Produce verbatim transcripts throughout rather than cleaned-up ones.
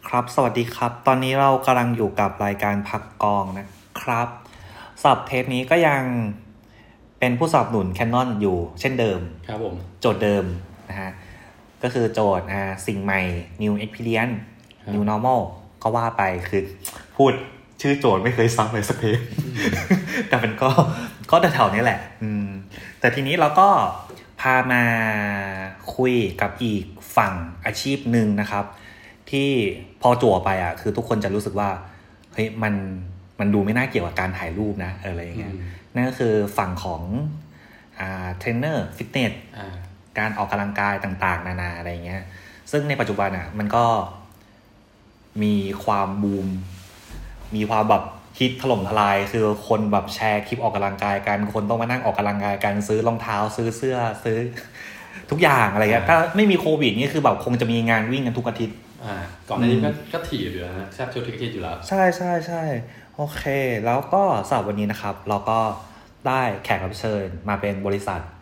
ครับสวัสดีครับตอนนี้เรากำลังอยู่กับรายการพักกองนะครับสำหรับเทปนี้ก็ยังเป็นผู้สนับสนุน Canon อยู่เช่นเดิมครับผมโจทย์เดิมนะฮะก็คือโจทย์อ่าสิ่งใหม่ New Experience New Normal ก็ว่าไปคือพูดชื่อโจทย์ไม่เคยซ้ำเลยสักเพลง แต่มันก็ก็แถวๆนี้แหละอืมแต่ทีนี้เราก็พามาคุยกับอีกฝั่งอาชีพหนึ่งนะครับที่พอจั่วไปอ่ะคือทุกคนจะรู้สึกว่าเฮ้ยมันมันดูไม่น่าเกี่ยวกับการถ่ายรูปนะอะไรอย่างเงี้ยนั่นก็คือฝั่งของอ่าเทรนเนอร์ฟิตเนสการออกกำลังกายต่างๆนานาอะไรเงี้ยซึ่งในปัจจุบันอ่ะมันก็มีความบูมมีความแบบฮิตถล่มทลายคือคนแบบแชร์คลิปออกกำลังกายกันคนต้องมานั่งออกกำลังกายกันซื้อรองเท้าซื้อเสื้อซื้อทุกอย่างอะไรเงี้ยถ้าไม่มีโควิดนี่คือแบบคงจะมีงานวิ่งกันทุกอาทิตย์อ่าก่อนหน้านี้ก็ก็ถี่อยู่นะแทบทุกอาทิตย์อยู่แล้วใช่ใช่ใช่โอเคแล้วก็สำหรับวันนี้นะครับเราก็ได้แขกรับเชิญมาเป็นบริษัท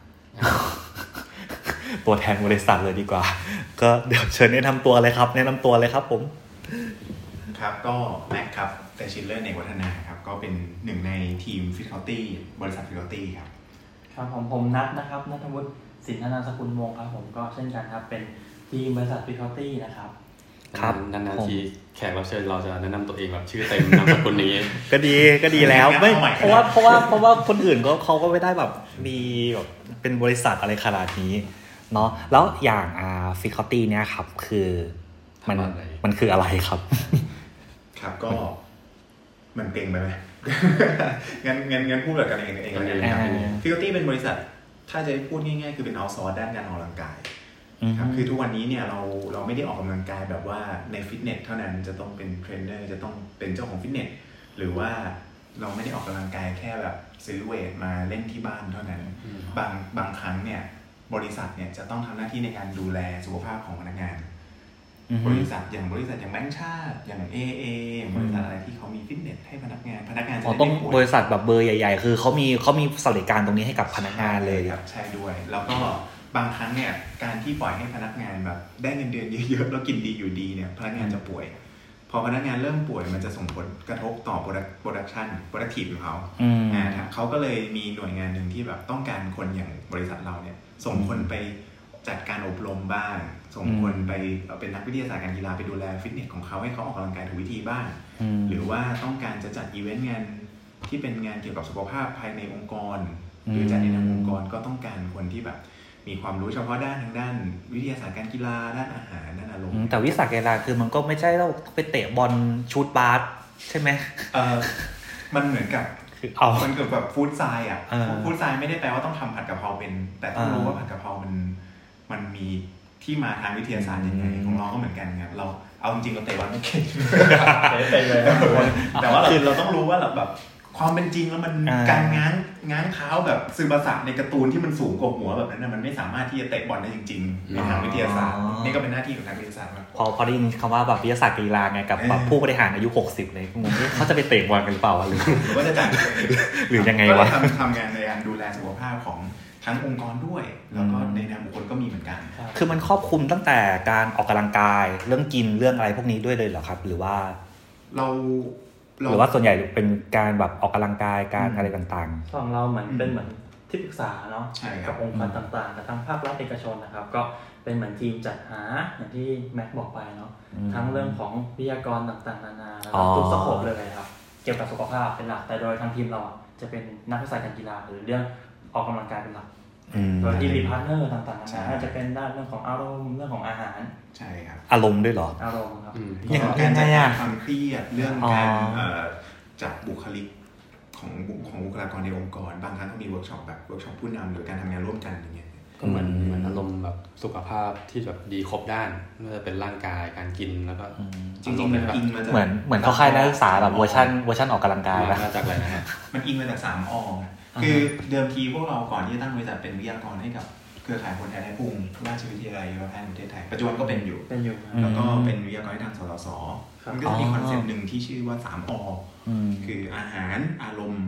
ตัวแทนบริษัทเลยดีกว่าก็เดี๋ยวเชิญแนะนำตัวเลยครับแนะนำตัวเลยครับผมครับก็แม็กครับแต่ชิลเลอร์เนกวัฒนาครับก็เป็นหนึ่งในทีมฟิตเนสตี้บริษัทฟิตเนสตี้ครับครับผมผมนัทนะครับณัฐวุฒิสินธนาสกุลวงศ์ครับผมก็เช่นกันครับเป็นทีมบริษัทฟิตเนสตี้นะครับครับนานๆทีแขกรับเชิญเราจะแนะนำตัวเองแบบชื่อเต็มนามสกุลนี้ก็ดีก็ดีแล้วไม่เพราะว่าเพราะว่าเพราะว่าคนอื่นก็เขาก็ไม่ได้แบบมีแบบเป็นบริษัทอะไรขนาดนี้เนาะแล้วอย่างอ่าฟิตเนสตี้เนี่ยครับคือมันมันคืออะไรครับครับก็มันเก่งไปไหม งั้นงั้นงั้นพูดแบบกันเองเองเลยนะครับฟิตเนสตี้เป็นบริษัทถ้าจะพูดง่ายๆคือเป็นเอาท์ซอร์สด้านการออกกำลังกายครับคือทุกวันนี้เนี่ยเราเราไม่ได้ออกกำลังกายแบบว่าในฟิตเนสเท่านั้นจะต้องเป็นเทรนเนอร์จะต้องเป็นเจ้าของฟิตเนสหรือว่าเราไม่ได้ออกกำลังกายแค่แบบซื้อเวทมาเล่นที่บ้านเท่านั้นบางบางครั้งเนี่ยบริษัทเนี่ยจะต้องทำหน้าที่ในการดูแลสุขภาพของพนักงานบริษัทอย่างบริษัทอย่างแบงก์ชาติอย่าง เอ เอ อย่างบริษัทอะไรที่เขามีฟิตเนสให้พนักงานพนักงานจะต้องบริษัทแบบเบอร์ใหญ่ๆคือเขามีเขามีสวัสดิการตรงนี้ให้กับพนักงานเลยครับใช่ด้วยแล้วก็บางครั้งเนี่ยการที่ปล่อยให้พนักงานแบบได้เงินเดือนเยอะๆแล้วกินดีอยู่ดีเนี่ยพนักงานจะป่วยพอพนักงานเริ่มป่วยมันจะส่งผลกระทบต่อโปรดักชันโปรดักทีฟของเขาอ่าเขาก็เลยมีหน่วยงานหนึ่งที่แบบต้องการคนอย่างบริษัทเราเนี่ยส่งคนไปจัดการอบรมบ้างส่งคนไปเป็นนักวิทยาศาสตร์การกีฬาไปดูแลฟิตเนสของเขาให้เขาออกกำลังกายถูกวิธีบ้างหรือว่าต้องการจะจัดอีเวนต์งานที่เป็นงานเกี่ยวกับสุขภาพภายในองค์กรหรือจัดในนามองค์กรก็ต้องการคนที่แบบมีความรู้เฉพาะด้านทางด้านวิทยาศาสตร์การกีฬาด้านอาหารด้านอารมณ์แต่วิทยาศาสตร์การกีฬาคือมันก็ไม่ใช่เราไปเตะบอลชูตบาสใช่ไหมเออมันเหมือนกับมันเกิดแบบฟู้ดไซน์อ่ะฟู้ดไซน์ไม่ได้แปลว่าต้องทำผัดกะเพราเป็นแต่ต้องรู้ว่าผัดกะเพรามันมันมีที่มาทางวิทยาศาสตร์ยังไงของเราก็เหมือนกันครับเราเอาจริงๆเราเตะบอลไม่เก่งเลยแต่ว่าคือเราต้องรู้ว่าแบบความเป็นจริงแล้วมันการง้างง้างเท้าแบบซึบาสะในการ์ตูนที่มันสูงกว่าหัวแบบนั้นนะมันไม่สามารถที่จะเตะบอลได้จริงๆในทางวิทยาศาสตร์นี่ก็เป็นหน้าที่ของทางวิทยาศาสตร์พอพอได้ยินคำว่าแบบวิทยาศาสตร์กีฬาไงกับแบบผู้บริหารอายุหกสิบเลยงงเขาจะไปเตะบอลกันหรือเปล่าหรือว่าจะจัดหรือยังไงวะทำทำงานในการดูแลสุขภาพของทั้งองค์กรด้วยแล้วก็ในนามบุคคลก็มีเหมือนกันคือมันครอบคลุมตั้งแต่การออกกำลังกายเรื่องกินเรื่องอะไรพวกนี้ด้วยเลยเหรอครับหรือว่าเราหรือว่าส่วนใหญ่เป็นการแบบออกกำลังกายการอะไรต่างๆของเราเหมือนเป็นเหมือนที่ปรึกษาเนาะกับองค์กรต่างๆกับทั้งภาครัฐเอกชนนะครับก็เป็นเหมือนทีมจัดหาอย่างที่แม็กบอกไปเนาะทั้งเรื่องของวิทยากรต่างๆนานาแล้วก็ทุกสโคปเลยครับเกี่ยวกับสุขภาพเป็นหลักแต่โดยทางทีมเราจะเป็นนักวิชาการกีฬาหรือเรื่องออกกำลังกายเป็นหลักโดยที่มีพาร์ทเนอร์ต่างๆนานาจะเป็นด้านเรื่องของอารมณ์เรื่องของอาหารใช่ครับอารมณ์ด้วยเหรออารมณ์ครับอย่างการจัดการความเครียดเรื่องการจัดบุคลิกของของบุคลากรในองค์กรบางครั้งก็มีเวิร์กช็อปแบบเวิร์กช็อปผู้นำหรือการทำงานร่วมกันอย่างเงี้ยก็เหมือนเหมือนอารมณ์แบบสุขภาพที่แบบดีครบด้านไม่ว่าจะเป็นร่างกายการกินแล้วก็จริงๆมันอิงมาจากเหมือนเหมือนเขาค่ายนักศึกษาแบบเวอร์ชันเวอร์ชันออกกำลังกายมาจากอะไรนะครับมันอิงมาจากสามอคือเดิมทีพวกเราก่อนที่จะตั้งบริษัทเป็นวิทยากรให้กับเครือข่ายคนไทยในพุ่งราชวิทยาลัยยุวแพทย์ประเทศไทยปัจจุบันก็เป็นอยู่เป็นอยู่แล้วก็เป็นวิทยากรให้ทางสสสมันก็จะมีคอนเซ็ปต์หนึ่งที่ชื่อว่าสามอคืออาหารอารมณ์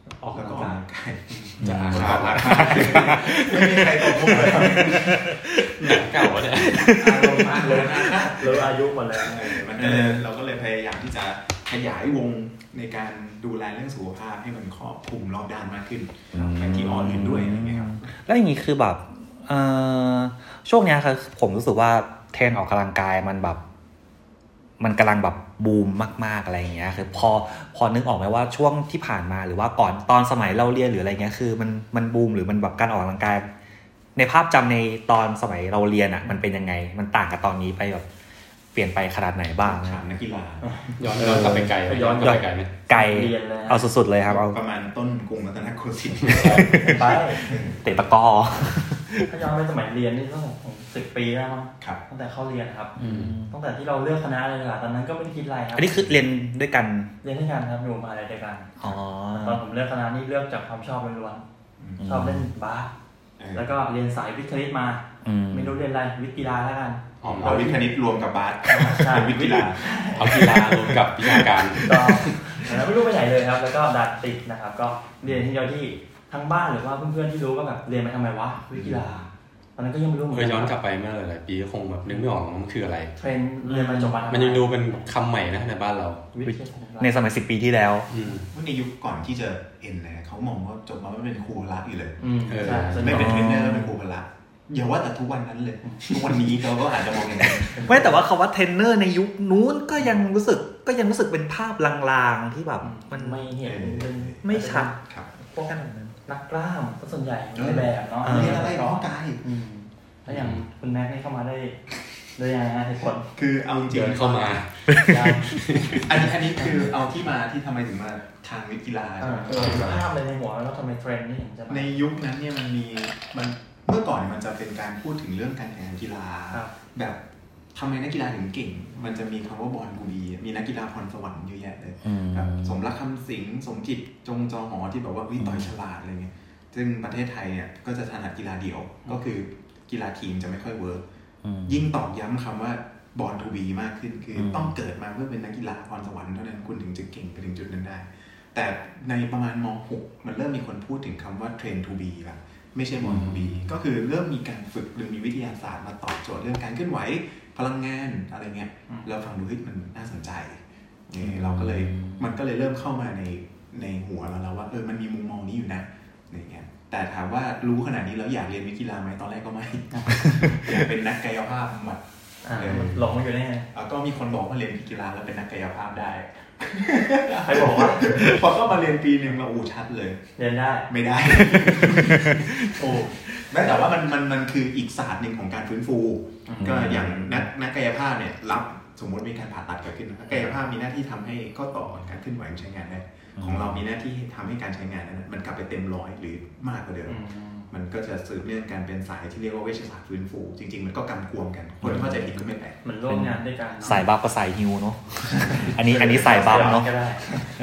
ออกแล้วกำก็ลัออกงกำลังกายจะอาคคารัตบไม่มีใครตกผมเลยหนังเก่าเนี่ยอารมณ์มากเลยนะเลอะอายุหมดแล้วเออมันก็เลยเราก็เลยพยายามที่จะขยายวงในการดูแลเรื่องสุขภาพให้มันครอบคลุมรอบด้านมากขึ้นอย่างที่ออนเห็นด้วยอะไรเงี้ยครับแล้วอย่างนี้คือแบบเอ่อช่วงเนี้ยคือผมรู้สึกว่าเทรนด์ออกกำลังกายมันแบบมันกำลังแบบบูมมากๆอะไรอย่างเงี้ยคือพอพอนึกออกไหมว่าช่วงที่ผ่านมาหรือว่าก่อนตอนสมัยเราเรียนหรืออะไรเงี้ยคือมันมันบูมหรือมันแบบการออกกำลังกายในภาพจำในตอนสมัยเราเรียนอ่ะมันเป็นยังไงมันต่างกับตอนนี้ไปแบบเปลี่ยนไปขนาดไหนบ้างถามนักกีฬาย้อนย้อนกลับไปไกลย้อนกลับไปไกลไหมไกลเรียนเลยเอาสุดๆเลยครับเอาประมาณต้นกรุงรัตนโกสินทร์ไปเตะตะกร้อถ้าย้อนไปสมัยเรียนนี่ตั้งแต่ผมสิบปีแล้วมั้งครับตั้งแต่เข้าเรียนครับตั้งแต่ที่เราเลือกคณะเลยล่ะตอนนั้นก็ไม่ได้คิดอะไรครับอันนี้คือเรียนด้วยกันเรียนด้วยกันครับอยู่มหาลัยเดียวกันอ๋อตอนผมเลือกคณะนี่เลือกจากความชอบล้วนๆชอบเล่นบาสแล้วก็เรียนสายวิทย์คณิตมาไม่รู้เรียนอะไรวิทย์กีฬาแล้วกันเอาวิทย์คณิตรวมกับบาสใช่วิทย์กีฬาเอากีฬารวมกับวิชาการก็ไม่รู้ไปไหนเลยครับแล้วก็ดัดติดนะครับก็เรียนที่เดียวที่ทั้งบ้านหรือว่าเพื่อนๆที่รู้ก็แบบเรียนไปทำไมวะวิทย์กีฬาตอนนั้นก็ยังไม่รู้เหมือนเคกัยย้อนกลับไปเมื่อหลายปีก็คงแบบนึกไม่ออกว่ามันคืออะไรเทรนเรียนมาจบมาทำไมันยังดูเป็นคำใหม่นะในบ้านเราวิทย์ในสมัยสิบปีที่แล้วว่าในยุคก่อนที่จะเอ็นนะเขามองว่าจบมาไม่เป็นครูพละอยู่เลยอืมใช่ไม่เป็นเทรนเนอร์เป็นครูพละอย่าว่าแต่ทุกวันนั้นเลยทุกวันนี้เขาก็อาจจะมองอย่างนั้นไม่แต่ว่าคำว่าเทรนเนอร์ในยุคนู้นก็ยังรู้สึกก็ยังรู้สึกเป็นภาพลางๆที่แบบมันไม่เห็นเป็นไม่ชัดครับพวกนักกล้ามก็ส่วนใหญ่ในแบบเนาะเรียนอะไรร่างกายแล้วอย่างคุณแม็กนี่เข้ามาได้โดยยังไงฮะเหตุผลคือเอาจริงเดินเข้ามาอันนี้อันนี้คือเอาที่มาที่ทำไมถึงมาทางวิทย์กีฬาเออภาพเลยในหัวแล้วทำไมเทรนด์นี่ถึงจะในยุคนั้นเนี่ยมันมีมันเมื่อก่อนมันจะเป็นการพูดถึงเรื่องการแข่งขันกีฬาแบบทำไมนักกีฬาถึงเก่งมันจะมีคำว่าบอลกูดีมีนักกีฬาพรสวรรค์เยอะแยะเลยแบบสมรักคำสิงสมจิตจงจอหอที่แบบว่าวิต่อยฉลาดอะไรเงี้ยซึ่งประเทศไทยเนี่ยก็จะถนัดกีฬาเดี่ยวก็คือกีฬาทีมจะไม่ค่อยเวิร์กยิ่งตอกย้ำคำว่าบอลทูบีมากขึ้นคือต้องเกิดมาเพื่อเป็นนักกีฬาพรสวรรค์เท่านั้นคุณถึงจะเก่งไปถึงจุดนั้นได้แต่ในประมาณม หกมันเริ่มมีคนพูดถึงคำว่าเทรนทูบีแล้วไม่ใช่บอลทูบีก็คือเริ่มมีการฝึกหรือมีวิทยาศาสตร์มาตอบโจทย์เรื่องการเคลื่อนไหวพลังงานอะไรเงี้ยเราฟังดูเฮ้ยมันน่าสนใจเราก็เลยมันก็เลยเริ่มเข้ามาในในหัวเราแล้วว่าเออมันมีมุมมองนี้อยู่นะอย่างเงี้ยแต่ถามว่ารู้ขนาดนี้แล้วอยากเรียนวิทย์กีฬาไหมตอนแรกก็ไม่ อยากเป็นนักกายภาพหมัดหลงมาอยู่ได้ไงก็มีคนบอกว่าเรียนกีฬาแล้วเป็นนักกายภาพได้ใครบอกว่าพอเข้ามาเรียนปีนึงเราอู้ชัดเลยเรียนได้ไม่ได้ โอ้แม้แต่ว่ามันมันมันคืออีกศาสตร์หนึ่งของการฟื้นฟูก็อย่างนักนักกายภาพเนี่ยรับสมมติมีการผ่าตัดเกิดขึ้นนักกายภาพมีหน้าที่ทำให้ข้อต่อการเคลื่อนไหวใช้งานได้ของเรามีหน้าที่ทำให้การใช้งานนั้นมันกลับไปเต็มร้อยหรือมากกว่าเดิมมันก็จะสืบเนื่องการเป็นสายที่เรียกว่าเวชศาสตร์ฟื้นฟูจริงๆมันก็กำกวมกันคนเข้าใจผิดก็ไม่แปลกมันร่วมงานด้วยกันสายบัฟกับสายฮิวเนาะอันนี้อันนี้สายบัฟเนาะก็ได้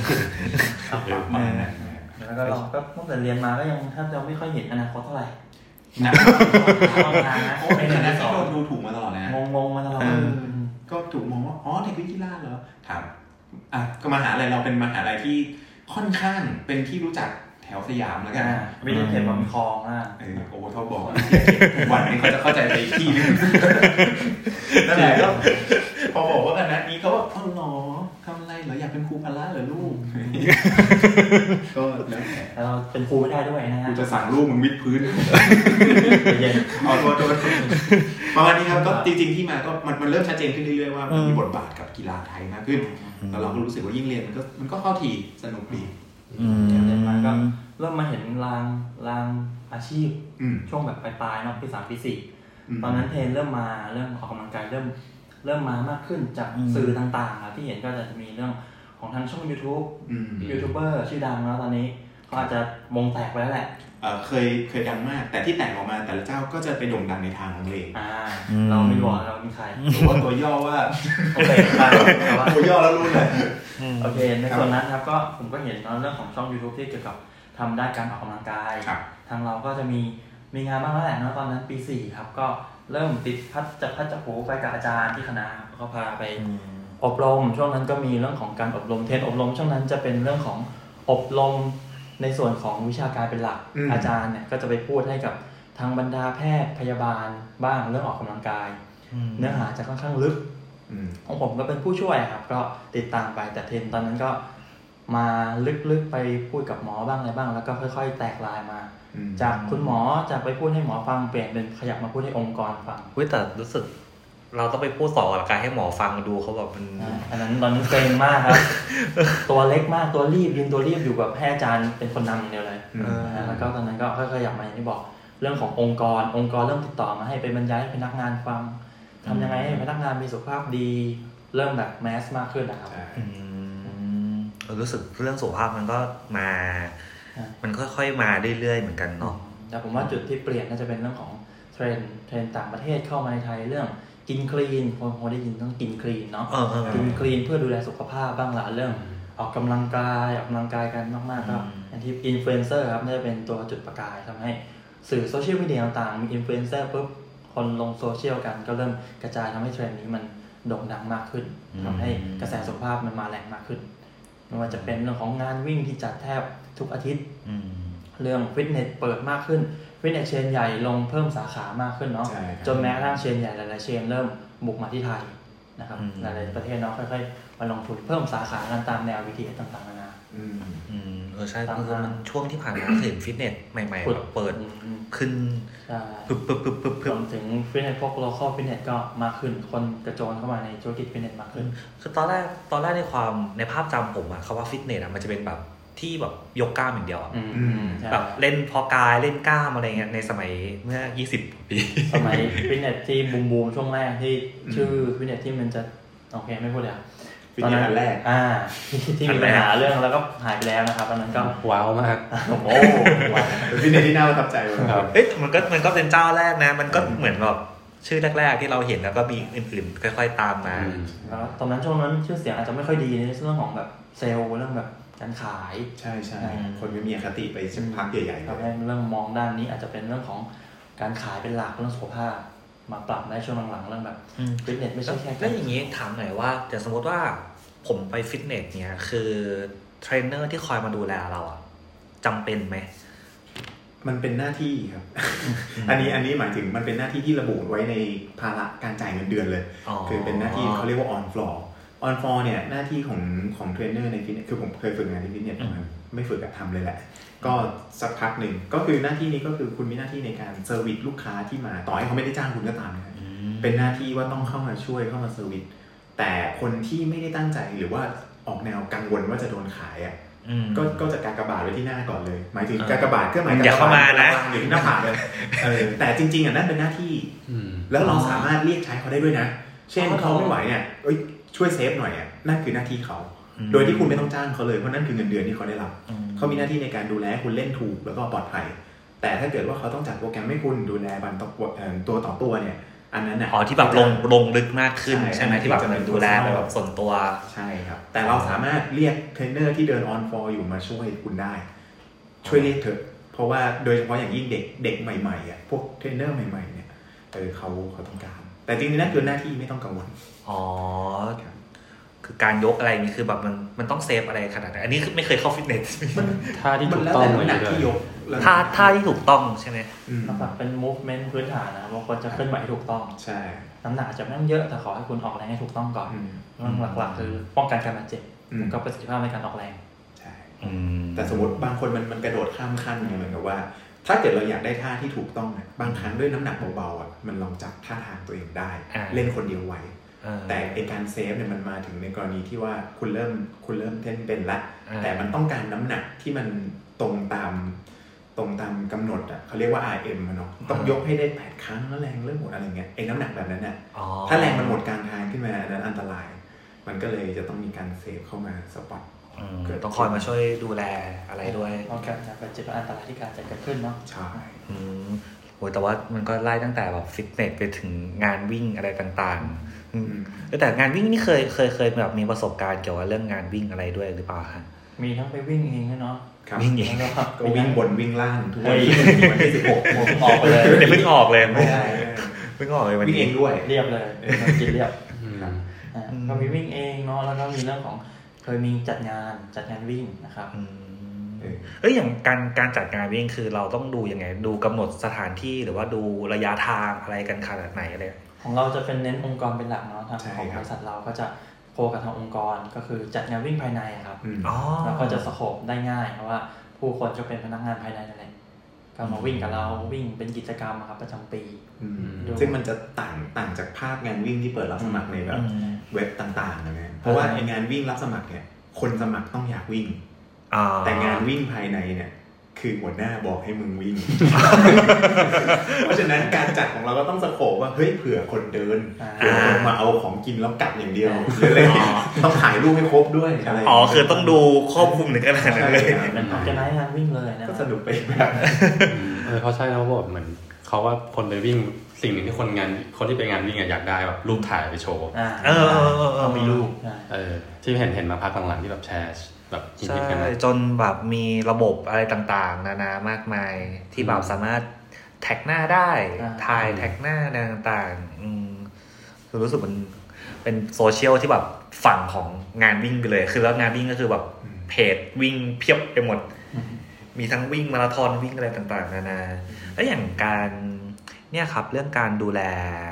แล้วก็เราก็ตั้งแต่เรียนมาก็ยังแทบจะไม่ค่อยเห็นอนาคตเท่าไหร่นะนะโอ้เป็นนะที่โดนดูถูกมาตลอดเลยนะงงๆมาตลอดก็ถูกมองว่าอ๋อเด็กวิทย์กีฬาเหรอถามอ่ะก็มหาลัยเราเป็นมหาลัยที่ค่อนข้างเป็นที่รู้จักแถวสยามแล้วกันวิทยาเขตแบบมีคลองอ่ะเออโอ้เขาบอกวันนี้เขาจะเข้าใจไปอีกที่นึงนั่นแหละก็พอบอกว่าคณะนี้เขาบอกอ๋อเหรอทำอะไรเหรออยากเป็นครูพละเหรอลูกก็แล้วแต่เราเป็นครูไม่ได้ด้วยนะฮะกูจะสั่งลูกมึงวิดพื้นเย็นเอาตัวตัวประมาณนี้ครับก็จริงๆที่มาก็มันมันเริ่มชัดเจนขึ้นเรื่อยๆว่ามันมีบทบาทกับกีฬาไทยมากขึ้นแล้วเราก็รู้สึกว่ายิ่งเรียนมันก็มันก็เข้าทีสนุกดีเรียนมาก็เริ่มมาเห็นรางรางอาชีพช่วงแบบปลายๆเนาะปีสามปีสี่ตอนนั้นเทรนเริ่มมาเริ่มออกกำลังกายเริ่มเริ่มมามากขึ้นจากสื่อต่างๆที่เห็นก็จะมีเรื่องของทางช่อง YouTube ยูทูบเบอร์ชื่อดังแล้วตอนนี้เขาอาจจะวงแตกไปแล้วแหละเคยเคยดังมากแต่ที่แตกออกมาแต่ละเจ้าก็จะไปโด่งดังในทางของตัวเองเราไม่บอกเรามีใครหรือว่าตัวย่อว่าโอเคตัวย่อแล้วรู้เลยโอเคในส่วนนั้นครับก็ผมก็เห็นเรื่องของช่อง YouTube ที่เกี่ยวกับทำด้านการออกกำลังกายทางเราก็จะมีมีงานบ้างแล้วแหละเนาะตอนนั้นปีสี่ครับก็เริ่มติดพัดจับพัดจับผูไปกับอาจารย์ที่คณะเขาพาไปอบรมช่วงนั้นก็มีเรื่องของการอบรมเทรนอบรมช่วงนั้นจะเป็นเรื่องของอบรมในส่วนของวิชาการเป็นหลักอาจารย์เนี่ยก็จะไปพูดให้กับทางบรรดาแพทย์พยาบาลบ้างเรื่องออกกำลังกายเนื้อหาจะค่อนข้างลึกของผมก็เป็นผู้ช่วยครับก็ติดตามไปแต่เทรนตอนนั้นก็มาลึกๆไปพูดกับหมอบ้างอะไรบ้างแล้วก็ค่อยๆแตกลายมาจากคุณหมอจากไปพูดให้หมอฟังเปลี่ยนเป็นขยับมาพูดให้องค์กรฟังเฮ้ยแต่รู้สึกเราต้องไปพูดสอนหลักการให้หมอฟังดูเขาแบบมันอันนั้นตอนนั้นเกรงมากครับ ตัวเล็กมากตัวรีบยืนตัวรีบอยู่กับแพทย์อาจารย์เป็นคนนำเดียวเลยแล้วก็ตอนนั้นก็ค่อยๆขยับมาอย่างที่บอกเรื่องขององค์กรองค์กรเริ่มติดต่อมาให้ไปบรรยายให้พนักงานฟังทำยังไงให้พนักงานมีสุขภาพดีเริ่มแบบแมสมากขึ้นนะครับรู้สึกเรื่องสุขภาพมันก็มามันค่อยๆมาเรื่อยๆเหมือนกันเนาะแต่ผมว่าจุดที่เปลี่ยนน่าจะเป็นเรื่องของเทรนด์เทรนด์ต่างประเทศเข้ามาในไทยเรื่องกินคลีนคนคงได้ยินต้องกินคลีนเนาะกินคลีนเพื่อดูแลสุขภาพบ้างละเรื่องออกกำลังกายออกกำลังกายกันมากๆก็อย่างที่อินฟลูเอนเซอร์ครับน่าจะเป็นตัวจุดประกายทำให้สื่อโซเชียลมีเดียต่างๆมีอินฟลูเอนเซอร์ปุ๊บคนลงโซเชียลกันก็เริ่มกระจายทำให้เทรนด์นี้มันโด่งดังมากขึ้นทำให้กระแสสุขภาพมันมาแรงมากขึ้นไม่ว่าจะเป็นเรื่องของงานวิ่งที่จัดแทบทุกอาทิตย์เรื่องฟิตเนสเปิดมากขึ้นฟิตเนสเชนใหญ่ลงเพิ่มสาขามากขึ้นเนาะจนแม้กระทั่งเชนใหญ่หลายๆเชนเริ่มบุกมาที่ไทยนะครับหลายๆประเทศเนาะค่อยๆมาลงทุนเพิ่มสาขากันตามแนววิธีต่างๆนานาอืมอืมเออใช่คือมันช่วงที่ผ่านมาเห็นฟิตเนสใหม่ๆแบบเปิดขึ้นปึ๊บปึ๊บปึ๊บปึ๊บปึ๊บถึงฟิตเนสพวก local ฟิตเนสก็มากขึ้นคนกระโจนเข้ามาในธุรกิจฟิตเนสมากขึ้นคือตอนแรกตอนแรกในความในภาพจำผมอะคำว่าฟิตเนสอะมันจะเป็นแบบที่แบบยกกล้ามอย่างเดียวแบบเล่นพอกายเล่นกล้ามอะไรเงี้ยในสมัยเมื่อยี่สิบปีสมัยฟิตเนสที่บูมๆช่วงแรกที่ชื่อฟิตเนสที่มันจะโอเคไม่พูดเลยตอนนั้นแรกอ่าที่มีปัญหาเรื่องแล้วก็หายไปแล้วนะครับตอนนั้นก็ว้าวมากโอ้ว้าวฟิตเนสที่น่าประทับใจครับเอ๊ะมันก็มันก็เป็นเจ้าแรกนะมันก็เหมือนแบบชื่อแรกๆที่เราเห็นแล้วก็มีอื่นๆค่อยๆตามมาแล้วตอนนั้นช่วงนั้นชื่อเสียงอาจจะไม่ค่อยดีในเรื่องของแบบเซลล์เรื่องแบบการขายใช่ใช่คนไม่มีอคติไปสักพักใหญ่ๆแล้วเรื่องมองด้านนี้อาจจะเป็นเรื่องของการขายเป็นหลักเรื่องสุขภาพมาปรับได้ช่วงหลังๆเรื่องแบบฟิตเนสไม่ใช่แค่แล้วอย่างนี้ถามหน่อยว่าแต่สมมติว่าผมไปฟิตเนสเนี่ยคือเทรนเนอร์ที่คอยมาดูแลเราอ่ะจำเป็นไหมมันเป็นหน้าที่ครับ อันนี้อันนี้หมายถึงมันเป็นหน้าที่ที่ระบุไว้ในภาระการจ่ายเงินเดือนเลยคือเป็นหน้าที่เขาเรียกว่า on floor on floor เนี่ยหน้าที่ของของเทรนเนอร์ในฟิตเนสคือผมเคยฝึกงานในฟิตเนสมาไม่ฝึกอะทำเลยแหละก็สักพักหนึ่งก็คือหน้าที่นี้ก็คือคุณมีหน้าที่ในการเซอร์วิสลูกค้าที่มาต่อให้เขาไม่ได้จ้างคุณก็ตามนะเป็นหน้าที่ว่าต้องเข้ามาช่วยเข้ามาเซอร์วิสแต่คนที่ไม่ได้ตั้งใจหรือว่าออกแนวกังวลว่าจะโดนขายอ่ะก็ก็จะกากบาทไว้ที่หน้าก่อนเลยหมายถึงกากบาทก็หมายถึงอย่าเข้ามานะอยู่ที่หน้าผากเลยเออแต่จริงๆอ่ะนั่นเป็นหน้าที่แล้วเราสามารถเรียกใช้เขาได้ด้วยนะเช่นเขาไม่ไหวเนี่ยเอ้ยช่วยเซฟหน่อยอ่ะนั่นคือหน้าที่เขาโดยที่คุณไม่ต้องจ้างเขาเลยเพราะนั่นคือเงินเดือนที่เขาได้รับเขามีหน้าที่ในการดูแลคุณเล่นถูกแล้วก็ปลอดภัยแต่ถ้าเกิดว่าเขาต้องจัดโปรแกรมให้คุณดูแลบันตัวต่อตัวเนี่ยอันนั้นน่ะอ๋อที่แบบลงลงลึกมากขึ้นใช่ไหมที่แบบมันดูแลแบบส่วนตัวใช่ครับแต่เราสามารถเรียกเทรนเนอร์ที่เดินออนฟอร์อยู่มาช่วยคุณได้ช่วยเรียกเถอะเพราะว่าโดยเฉพาะอย่างยิ่งเด็กเด็กใหม่ๆอ่ะพวกเทรนเนอร์ใหม่ๆเนี่ยเออเขาเขาต้องการแต่จริงๆนั่นคือหน้าที่ไม่ต้องกังวลอ๋อคือการยกอะไรนี่คือแบบมันมันต้องเซฟอะไรขนาดไหนอันนี้คือไม่เคยเข้าฟิตเนสท่าที่ถูกต้องเลยที่ยกท่าท่าที่ถูกต้องใช่ไหมน้ำหนักเป็น movement พื้นฐานนะบางคนจะเคลื่อนไหวถูกต้องใช่น้ำหนักจะไม่ต้องเยอะแต่ขอให้คุณออกแรงให้ถูกต้องก่อนเรื่องหลักๆคือป้องกันการบาดเจ็บกับประสิทธิภาพในการออกแรงใช่แต่สมมติบางคนมันมันกระโดดข้ามขั้นเหมือนกับว่าถ้าเกิดเราอยากได้ท่าที่ถูกต้องเนี่ยบางครั้งด้วยน้ำหนักเบาๆอ่ะมันลองจับท่าทางตัวเองได้เล่นคนเดียวไหวแต่ไอการเซฟเนี่ยมันมาถึงในกรณีที่ว่าคุณเริ่มคุณเริ่มเต้นเป็นละแต่มันต้องการน้ำหนักที่มันตรงตามตรงตามกำหนดอ่ะเขาเรียกว่า อาร์ เอ็ม เนาะต้องยกให้ได้แปดครั้งแล้วแรงเริ่มหมดอะไรเงี้ยไอ้น้ำหนักแบบนั้นน่ะถ้าแรงมันหมดกลางทางขึ้นมาอันนั้นอันตรายมันก็เลยจะต้องมีการเซฟเข้ามาสปอตเกิดต้องคอยมาช่วยดูแลอะไรด้วยป้องกันการบาดเจ็บอันตรายที่การจะเกิดขึ้นเนาะใช่โอ้ยแต่ว่ามันก็ไล่ตั้งแต่แบบฟิตเนสไปถึงงานวิ่งอะไรต่างๆแต่งานวิ่งนี่เคยเคยเคยแบบมีประสบการณ์เกี่ยวกับเรื่องงานวิ่งอะไรด้วยหรือเปล่าคะมีทั้งไปวิ่งเองเนาะวิ่งเองก็วิ่งบนวิ่งล่างทุกวันวันที่สิบหกโมงออกไปเลยเดี๋ยวเพิ่งออกเลยไม่ได้เพิ่งออกเลยวันนี้วิ่งเองด้วยเรียบเลยกินเรียบก็มีวิ่งเองเนาะแล้วก็มีเรื่องของเคยมีจัดงานจัดงานวิ่งนะครับเอ้ยอย่างการการจัดงานวิ่งคือเราต้องดูยังไงดูกำหนดสถานที่หรือว่าดูระยะทางอะไรกันขนาดไหนอะไรของเราจะเป็นเน้นองค์กรเป็นหลักเนาะทางของบริษัทเราก็จะโคกับทางองค์กรก็คือจัดงานวิ่งภายในครับแล้วก็จะสโคปได้ง่ายเพราะว่าผู้คนจะเป็นพนักงานภายในนั่นแหละก็มาวิ่งกับเราวิ่งเป็นกิจกรรมครับประจำปีซึ่งมันจะต่างต่างจากภาพงานวิ่งที่เปิดรับสมัครในแบบเว็บต่างๆนะเพราะว่าในงานวิ่งรับสมัครเนี่ยคนสมัครต้องอยากวิ่งแต่งานวิ่งภายในเนี่ยคือหัวหน้าบอกให้มึงวิ่ง เพราะฉะนั้นการจัดของเราก็ต้องสโคปว่าเฮ้ยเผื่อคนเดินเผื่อคนมาเอาของกินแล้วกลับอย่างเดียวหรืออะไรต้องถ่ายรูปให้ครบด้วยอะไรอ๋อคือต้องดูครอบคลุมถึงขนาดนั้นเลยมันจะได้งานวิ่งเลยนะก็สนุกไปแบบเออเพราะใช่แล้วบอกเหมือนเขาว่าคนไปวิ่งสิ่งหนึ่งที่คนงานคนที่ไปงานวิ่งอยากได้แบบรูปถ่ายไปโชว์เออเออมีรูปเออที่เห็นเห็นมาพักหลังๆที่แบบแชร์แบบใช่จนแบบมีระบบอะไรต่างๆนานามากมายที่แบบสามารถแท็กหน้าได้ถ่ายแท็กหน้าต่างๆอืมคือรู้สึกมันเป็นโซเชียลที่แบบฝั่งของงานวิ่งไปเลยคือแล้วงานวิ่งก็คือแบบเพจวิ่งเพียบไปหมดมีทั้งวิ่งมาราธอนวิ่งอะไรต่างๆนานาแล้วอย่างการเนี่ยครับเรื่องการดูแล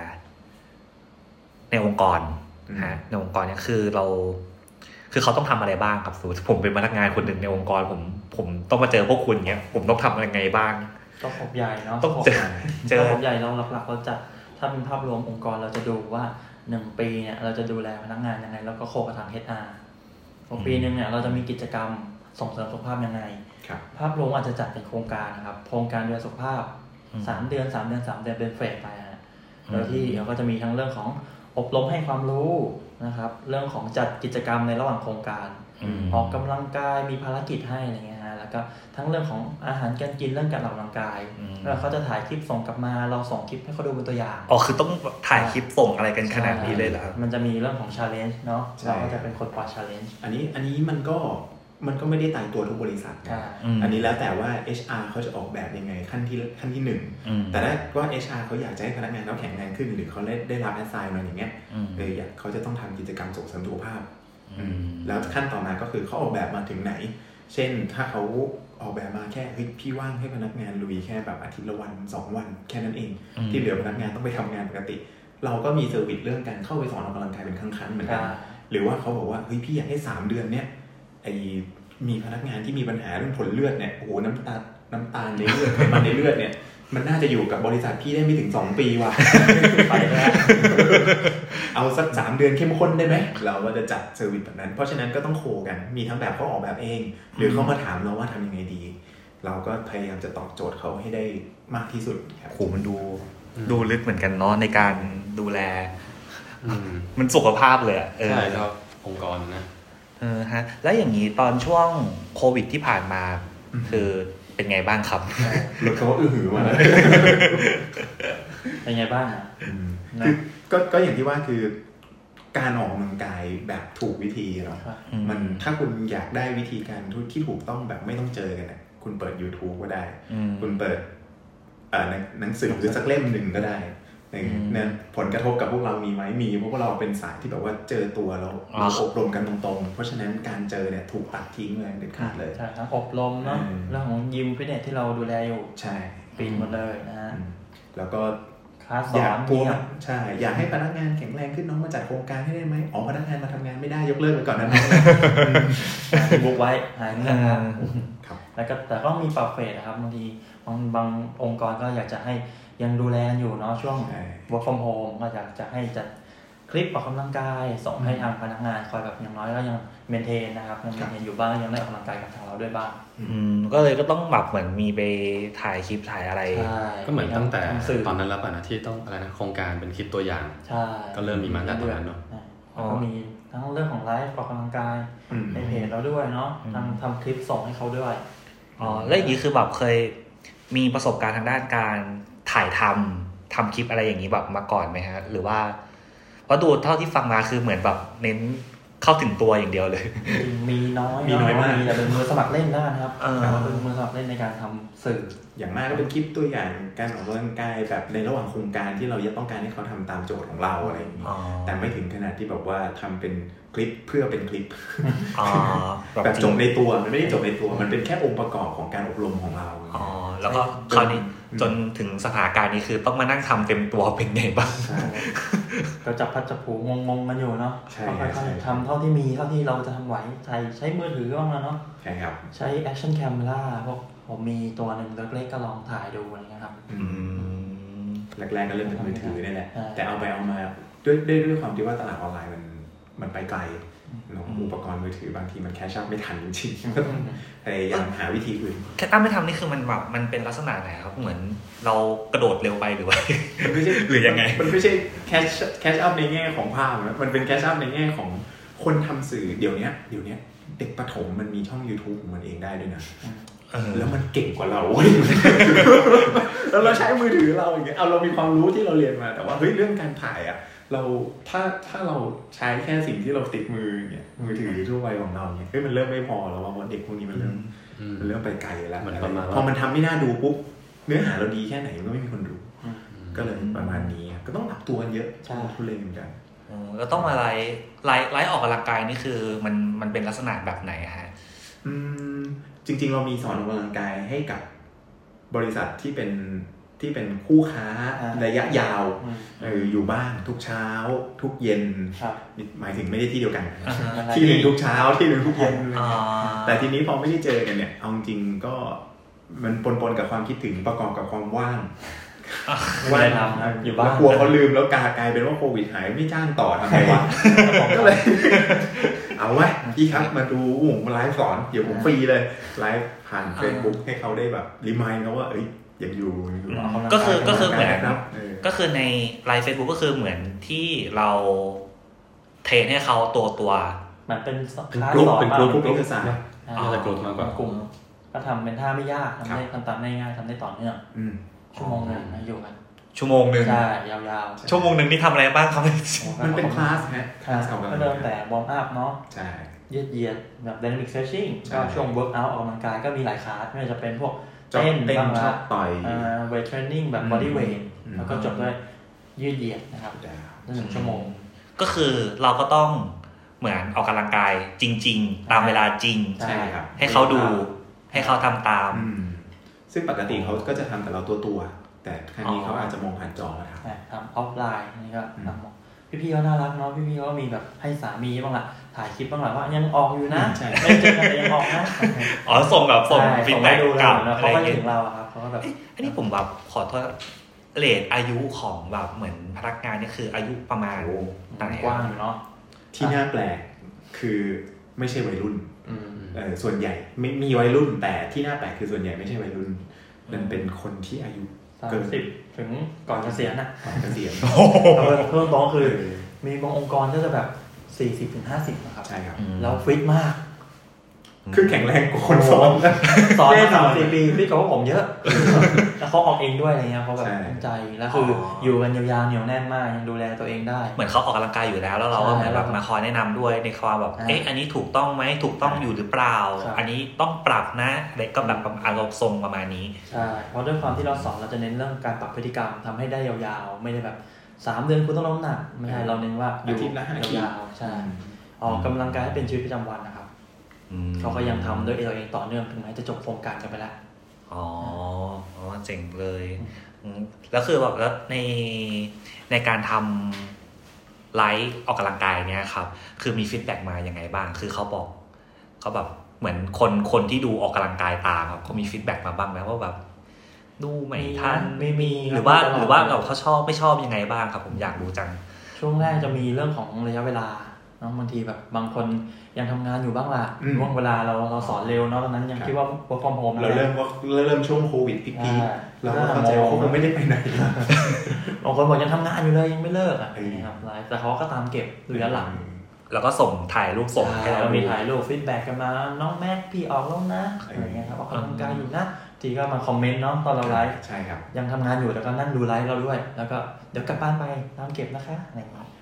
ในองค์กรฮะในองค์กรเนี่ยคือเราคือเขาต้องทำอะไรบ้างครับสมมติผมเป็นพนักงานคนหนึ่งในองค์กรผมผมต้องมาเจอพวกคุณเนี้ยผมต้องทำอะไรไงบ้างต้องขบใหญ่เนาะต้องเจอเจอขบใหญ่เราหลักๆเราจะถ้าเป็นภาพรวมองค์กรเราจะดูว่าหนึ่งปีเนี่ยเราจะดูแลพนักงานยังไงแล้วก็โคกับทาง เอช อาร์ พอปีนึงเนี่ยเราจะมีกิจกรรมส่งเสริมสุขภาพยังไงภาพรวมอาจจะจัดเป็นโครงการนะครับโครงการดูแลสุขภาพสามเดือนสามเดือนสามเดือนเป็นเฟสไปฮะแล้วที่เราก็จะมีทั้งเรื่องของอบรมให้ความรู้นะครับเรื่องของจัดกิจกรรมในระหว่างโครงการออกกำลังกายมีภารกิจให้อะไรเงี้ยฮะแล้วก็ทั้งเรื่องของอาหารการกินเรื่องการออกกำลังกายแล้วเขาจะถ่ายคลิปส่งกลับมาเราส่งคลิปให้เขาดูเป็นตัวอย่างอ๋อคือต้องถ่ายคลิปส่งอะไรกันขนาดนี้เลยเหรอครับมันจะมีเรื่องของ challenge เนาะเราก็จะเป็นคนปล่อย challenge อันนี้อันนี้มันก็มันก็ไม่ได้ตายตัวทุกบริษัทนะอันนี้แล้วแต่ว่า เอช อาร์ เขาจะออกแบบยังไงขั้นที่ขั้นที่หนึ่งแต่ถ้าว่า เอช อาร์ เขาอยากจะให้พนักงานเขาแข็งแรงขึ้นหรือเขาได้ได้รับแอสไซน์มาอย่างเงี้ยเอออยากเขาจะต้องทำกิจกรรมส่งเสริมสุขภาพแล้วขั้นต่อมาก็คือเขาออกแบบมาถึงไหนเช่นถ้าเขาออกแบบมาแค่เฮ้ยพี่ว่างให้พนักงานลุยแค่แบบอาทิตย์ละวันสองวันแค่นั้นเองที่เหลือพนักงานต้องไปทำงานปกติเราก็มีเซอร์วิสเรื่องการเข้าไปสอนออกกำลังกายเป็นครั้งๆเหมือนกันหรือว่าเขาบอกว่าเฮ้ยพี่อยากให้สามเดือนเนี้ยไอมีพนักงานที่มีปัญหาเรื่องผลเลือดเนี่ยโอ้โหน้ำตาลน้ำตาลในเลือดไขมันในเลือดเนี่ยมันน่าจะอยู่กับบริษัทพี่ได้ไม่ถึงสองปีว่ะไปแล้วเอาสักสามเดือนเข้มข้นได้ไหมเราก็จะจัดเซอร์วิสแบบนั้นเพราะฉะนั้นก็ต้องโคกันมีทั้งแบบเขาออกแบบเองหรือเขามาถามเราว่าทำยังไงดีเราก็พยายามจะตอบโจทย์เขาให้ได้มากที่สุดครับโหมันดูดูลึกเหมือนกันเนาะในการดูแลมันสุขภาพเลยอ่ะใช่ครับองค์กรนะเออฮะแล้วอย่างนี้ตอนช่วงโควิดที่ผ่านมาคือเป็นไงบ้างครับรถเขาอื้อหือมาแล้วเป็นไงบ้างอ่ะคือก็ก็อย่างที่ว่าคือการออกกำลังกายแบบถูกวิธีเนาะมันถ้าคุณอยากได้วิธีการที่ถูกต้องแบบไม่ต้องเจอกันนะคุณเปิด YouTube ก็ได้คุณเปิดเอ่อหนังสือหรือสักเล่มนึงก็ได้เนี่ยผลกระทบกับพวกเรามีไหมมีเพราะว่าเราเป็นสายที่แบบว่าเจอตัวเราเราอบรมกันตรงๆเพราะฉะนั้นการเจอเนี่ยถูกตัดทิ้งเลยเด็ดขาดเลยใช่ทั้งอบรมเนาะเรื่องของยิมฟิตเนสที่เราดูแลอยู่ใช่ปีนหมดเลยนะฮะแล้วก็คลาสสอนพวกใช่อยากให้พนักงานแข็งแรงขึ้นน้องมาจัดโครงการให้ได้ไหมอ๋อพนักงานมาทำงานไม่ได้ยกเลิกไปก่อนนะน้องบุกไว้หายเงื่อนครับแล้วก็แต่ก็มีปรับเฟสนะครับบางทีบางบางองค์กรก็อยากจะให้ยังดูแลอยู่เนาะช่วง work from home ก็อยากจะให้จัดคลิปออกกำลังกายส่งให้ทางพนักงานคอยแบบอย่างน้อยก็ยังเมนเทนนะครับยังเมนเทนอยู่บ้างยังได้ออกกำลังกายกับทางเราด้วยบ้างอืมก็เลยก็ต้องแบบเหมือนมีไปถ่ายคลิปถ่ายอะไรก็เหมือนตั้งแต่ตอนนั้นแล้วป่ะนะที่ต้องอะไรนะโครงการเป็นคลิปตัวอย่างใช่ก็เริ่มมีมาตั้งแต่ตอนนั้นเนาะก็มีทั้งเรื่องของไลฟ์ออกกำลังกายในเพจเราด้วยเนาะทำทำคลิปส่งให้เขาด้วยอ๋อแล้วอย่างนี้คือแบบเคยมีประสบการณ์ทางด้านการถ่ายทำทำคลิปอะไรอย่างนี้แบบมาก่อนไหมฮะหรือว่าเพราะดูเท่าที่ฟังมาคือเหมือนแบบเน้นเข้าถึงตัวอย่างเดียวเลยมีน้อยมีน้อยมากมีแต่เป็นมือสมัครเล่นแล้วนะครับแต่ว่าเป็นมือสมัครเล่นในการทำสื่ออย่างมากก็เป็นคลิปตัวอย่างการออกกำลังกายแบบในระหว่างโครงการที่เราจะต้องการให้เขาทำตามโจทย์ของเราอะไรอย่างนี้แต่ไม่ถึงขนาดที่แบบว่าทำเป็นคลิปเพื่อเป็นคลิปแบบจบในตัวมันไม่ได้จบในตัวมันเป็นแค่องค์ประกอบของการอบรมของเราอ๋อแล้วก็คราวนี้จนถึงสถานการณ์นี้คือต้องมานั่งทำเต็มตัวเป็นไงบ้างก็จับพัดจับผูงงๆกันอยู่เนาะค่อยๆทำเท่าที่มีเท่าที่เราจะทำไหวใช้ใช้มือถือบ้างนะเนาะใช่ครับใช้ action camera พวกผมมีตัวหนึ่งเล็กๆก็ลองถ่ายดูอะไรเงี้ยครับแรกๆก็เริ่มเป็นมือถือนี่แหละแต่เอาไปเอามาด้วยด้วยด้วยความที่ว่าตลาดออนไลน์มันมันไปไกลเนาะอุปกรณ์มือถือบางทีมันแคชชัพไม่ทันจริงๆก็ต้องพยายามหาวิธีอื่นแคชชัพไม่ทำนี่คือมันแบบมันเป็นลักษณะไหนครับเหมือนเรากระโดดเร็วไปหรือว่ามันไม่ใช่หรือยังไงมันไม่ใช่แคชแคชอัพในแง่ของภาพนะมันเป็นแคชอัพในแง่ของคนทำสื่อเดี๋ยวนี้เดี๋ยวนี้เด็กประถมมันมีช่อง YouTube ของมันเองได้ด้วยนะแล้วมันเก่งกว่าเราแล้วเราใช้มือถือเราอย่างเงี้ยเอาเรามีความรู้ที่เราเรียนมาแต่ว่าเฮ้ยเรื่องการถ่ายอ่ะเราถ้าถ้าเราใช้แค่สิ่งที่เราติดมืออย่างเงี้ยมือถือทั่วไปของเราเนี่ยเฮ้ยมันเริ่มไม่พอแล้วว่าเด็กพวกนี้มันเริ่มมันเริ่มไปไกลแล้วพอมันทำไม่น่าดูปุ๊บเนื้อหาเราดีแค่ไหนมันก็ไม่มีคนดูก็เลยประมาณนี้ก็ต้องปรับตัวกันเยอะทุเรศเหมือนกันก็ต้องมาไลฟ์ไลฟ์ไลฟ์ออกกำลังกายนี่คือมันมันเป็นลักษณะแบบไหนฮะอืมจริงๆเรามีสอนออกกำลังกายให้กับบริษัทที่เป็นที่เป็นคู่ค้าระยะยาวเอออยู่บ้านทุกเช้าทุกเย็นหมายถึงไม่ได้ที่เดียวกันที่หนึ่งทุกเช้าที่หนึ่งทุกเย็นแต่ทีนี้พอไม่ได้เจอกันเนี่ยเอาจริงก็มันปนๆกับความคิดถึงประกอบกับความว่างว่างทำอยู่บ้านกลัวเขาลืมแล้วกลายเป็นว่าโควิดหายไม่จ้างต่อทำไงวะก็เลยเอาไว้พี่ครับมาดูผมไลฟ์สอนเดี๋ยวผมฟรีเลยไลฟ์ผ่าน Facebook ให้เขาได้แบบรีมายด์เขาว่าเอ้ยยังอยู่ก็คือก็คือเหมือนก็คือในไลฟ์ Facebook ก็คือเหมือนที่เราเทรนให้เขาตัวตัวมันเป็นคลาสสอนเป็นกลุ่มกลุ่มศาสตร์น่าจะกลุ่มมากกว่ากลุ่มก็ทำเป็นท่าไม่ยากทำได้ทำตามง่ายๆทำได้ต่อเนื่องชั่วโมงนึงนะอยู่กันชั่วโมงนึงใช่ยาวๆชั่วโมงนึงนี่ทำอะไรบ้างครับมันเป็นคลาสฮะคลาสก็เริ่มแต่วอร์มอัพเนาะใช่ยืดเหยียดแบบ dynamic stretching ก็ช่วง work out ออกกำลังกายก็มีหลายคลาสไม่ว่าจะเป็นพวกเต้นบ้างละต่อยอ่า weight training แบบ body weight แล้วก็จบด้วยยืดเหยียดนะครับหนึ่งชั่วโมงก็คือเราก็ต้องเหมือนออกกำลังกายจริงๆตามเวลาจริงใช่ครับให้เขาดูให้เขาทำตามซึ่งปกติเขาก็จะทำแต่เราตัวตัวแต่ครั้งนี้เขาอาจจะมองผ่านจอมาทำทำออฟไลน์นี่ก็ทำพี่ๆเขาน่ารักเนาะพี่ๆเขามีแบบให้สามีบ้างล่ะถ่ายคลิปบ้างล่ะว่ายังออกอยู่นะไม่เจอกันแต่ยังออกนะอ๋อส่งแบบส่งฟีดแบ็กกลับเขาก็ถึงเราครับเขาก็แบบอันนี้ผมแบบขอโทษเรทอายุของแบบเหมือนพนักงานนี่คืออายุประมาณต่างกว้างอยู่เนาะที่น่าแปลกคือไม่ใช่วัยรุ่นเออส่วนใหญ่ไม่มีวัยรุ่นแต่ที่น่าแปลกคือส่วนใหญ่ไม่ใช่วัยรุ่นมันเป็นคนที่อายุเกินสิบถึงก่อนเกษียณนะก่อนเกษียณเพิ่มต้องคือมีบางองค์กรก็จะแบบสี่สิบถึงห้าสิบนะครับใช่ครับแล้วฟิตมากคือแข็งแรงกว่าคนสอนสอนสามสี่ปีฟิตกว่าผมเยอะแล้วเขาออกเองด้วยอะไรเงี้ยเขาแบบตั้งใจแล้วคืออยู่กันยาวๆเหนียวแน่นมากยังดูแลตัวเองได้เหมือนเขาออกกำลังกายอยู่แล้วแล้วเราก็เหมือนแบบมาคอยแนะนำด้วยในความแบบเอ๊ะอันนี้ถูกต้องไหมถูกต้องอยู่หรือเปล่าอันนี้ต้องปรับนะเด็กก็แบบอารมณ์ทรงประมาณนี้ใช่เพราะด้วยความที่เราสอนเราจะเน้นเรื่องการปรับพฤติกรรมทำให้ได้ยาวๆไม่ได้แบบสามเดือนคุณต้องลดน้ำหนักไม่ใช่เราเน้นว่าอยู่ยาวๆใช่ออกกำลังกายให้เป็นชีวิตประจำวันนะครับเขาก็ยังทำด้วยตัวเองต่อเนื่องถึงแม้จะจบโครงการกันไปแล้วอ๋ออ๋อเจ๋งเลยแล้วคือแบบแล้วในในการทำไลฟ์ออกกำลังกายเนี่ยครับคือมีฟีดแบ็กมายังไงบ้างคือเขาบอกเขาแบบเหมือนคนคนที่ดูออกกำลังกายตามครับเขามีฟีดแบ็กมาบ้างไหมว่าแบบดูไม่ทันไม่มีหรือว่าหรือว่าเราเขาชอบไม่ชอบยังไงบ้างครับผมอยากรู้จังช่วงแรกจะมีเรื่องของระยะเวลาเนาะบางทีแบบบางคนยังทำงานอยู่บ้างล่ะช่วงเวลาเราเราสอนเร็วเนาะตอนนั้นยังคิดว่า work from home เราเริ่มว่าเริ่มช่วงโควิดพีคๆเราเข้าใจว่าเขาไม่ได้ไปไหนบางคนบอกยังทำงานอยู่เลยยังไม่เลิกอ่ะนะครับไลฟ์แต่เขาก็ตามเก็บดูย้อนหลังแล้วก็ส่งถ่ายรูปส่งให้เรามีถ่ายรูปฟีดแบ็กกันมาน้องแม็กพี่ออกแล้วนะอะไรเงี้ยครับออกกำลังกายอยู่นะทีก็มาคอมเมนต์เนาะตอนเราไลฟ์ใช่ครับยังทำงานอยู่แล้วก็นั่งดูไลฟ์เราด้วยแล้วก็เดี๋ยวกลับบ้านไปตามเก็บนะคะอะไรเงี้ย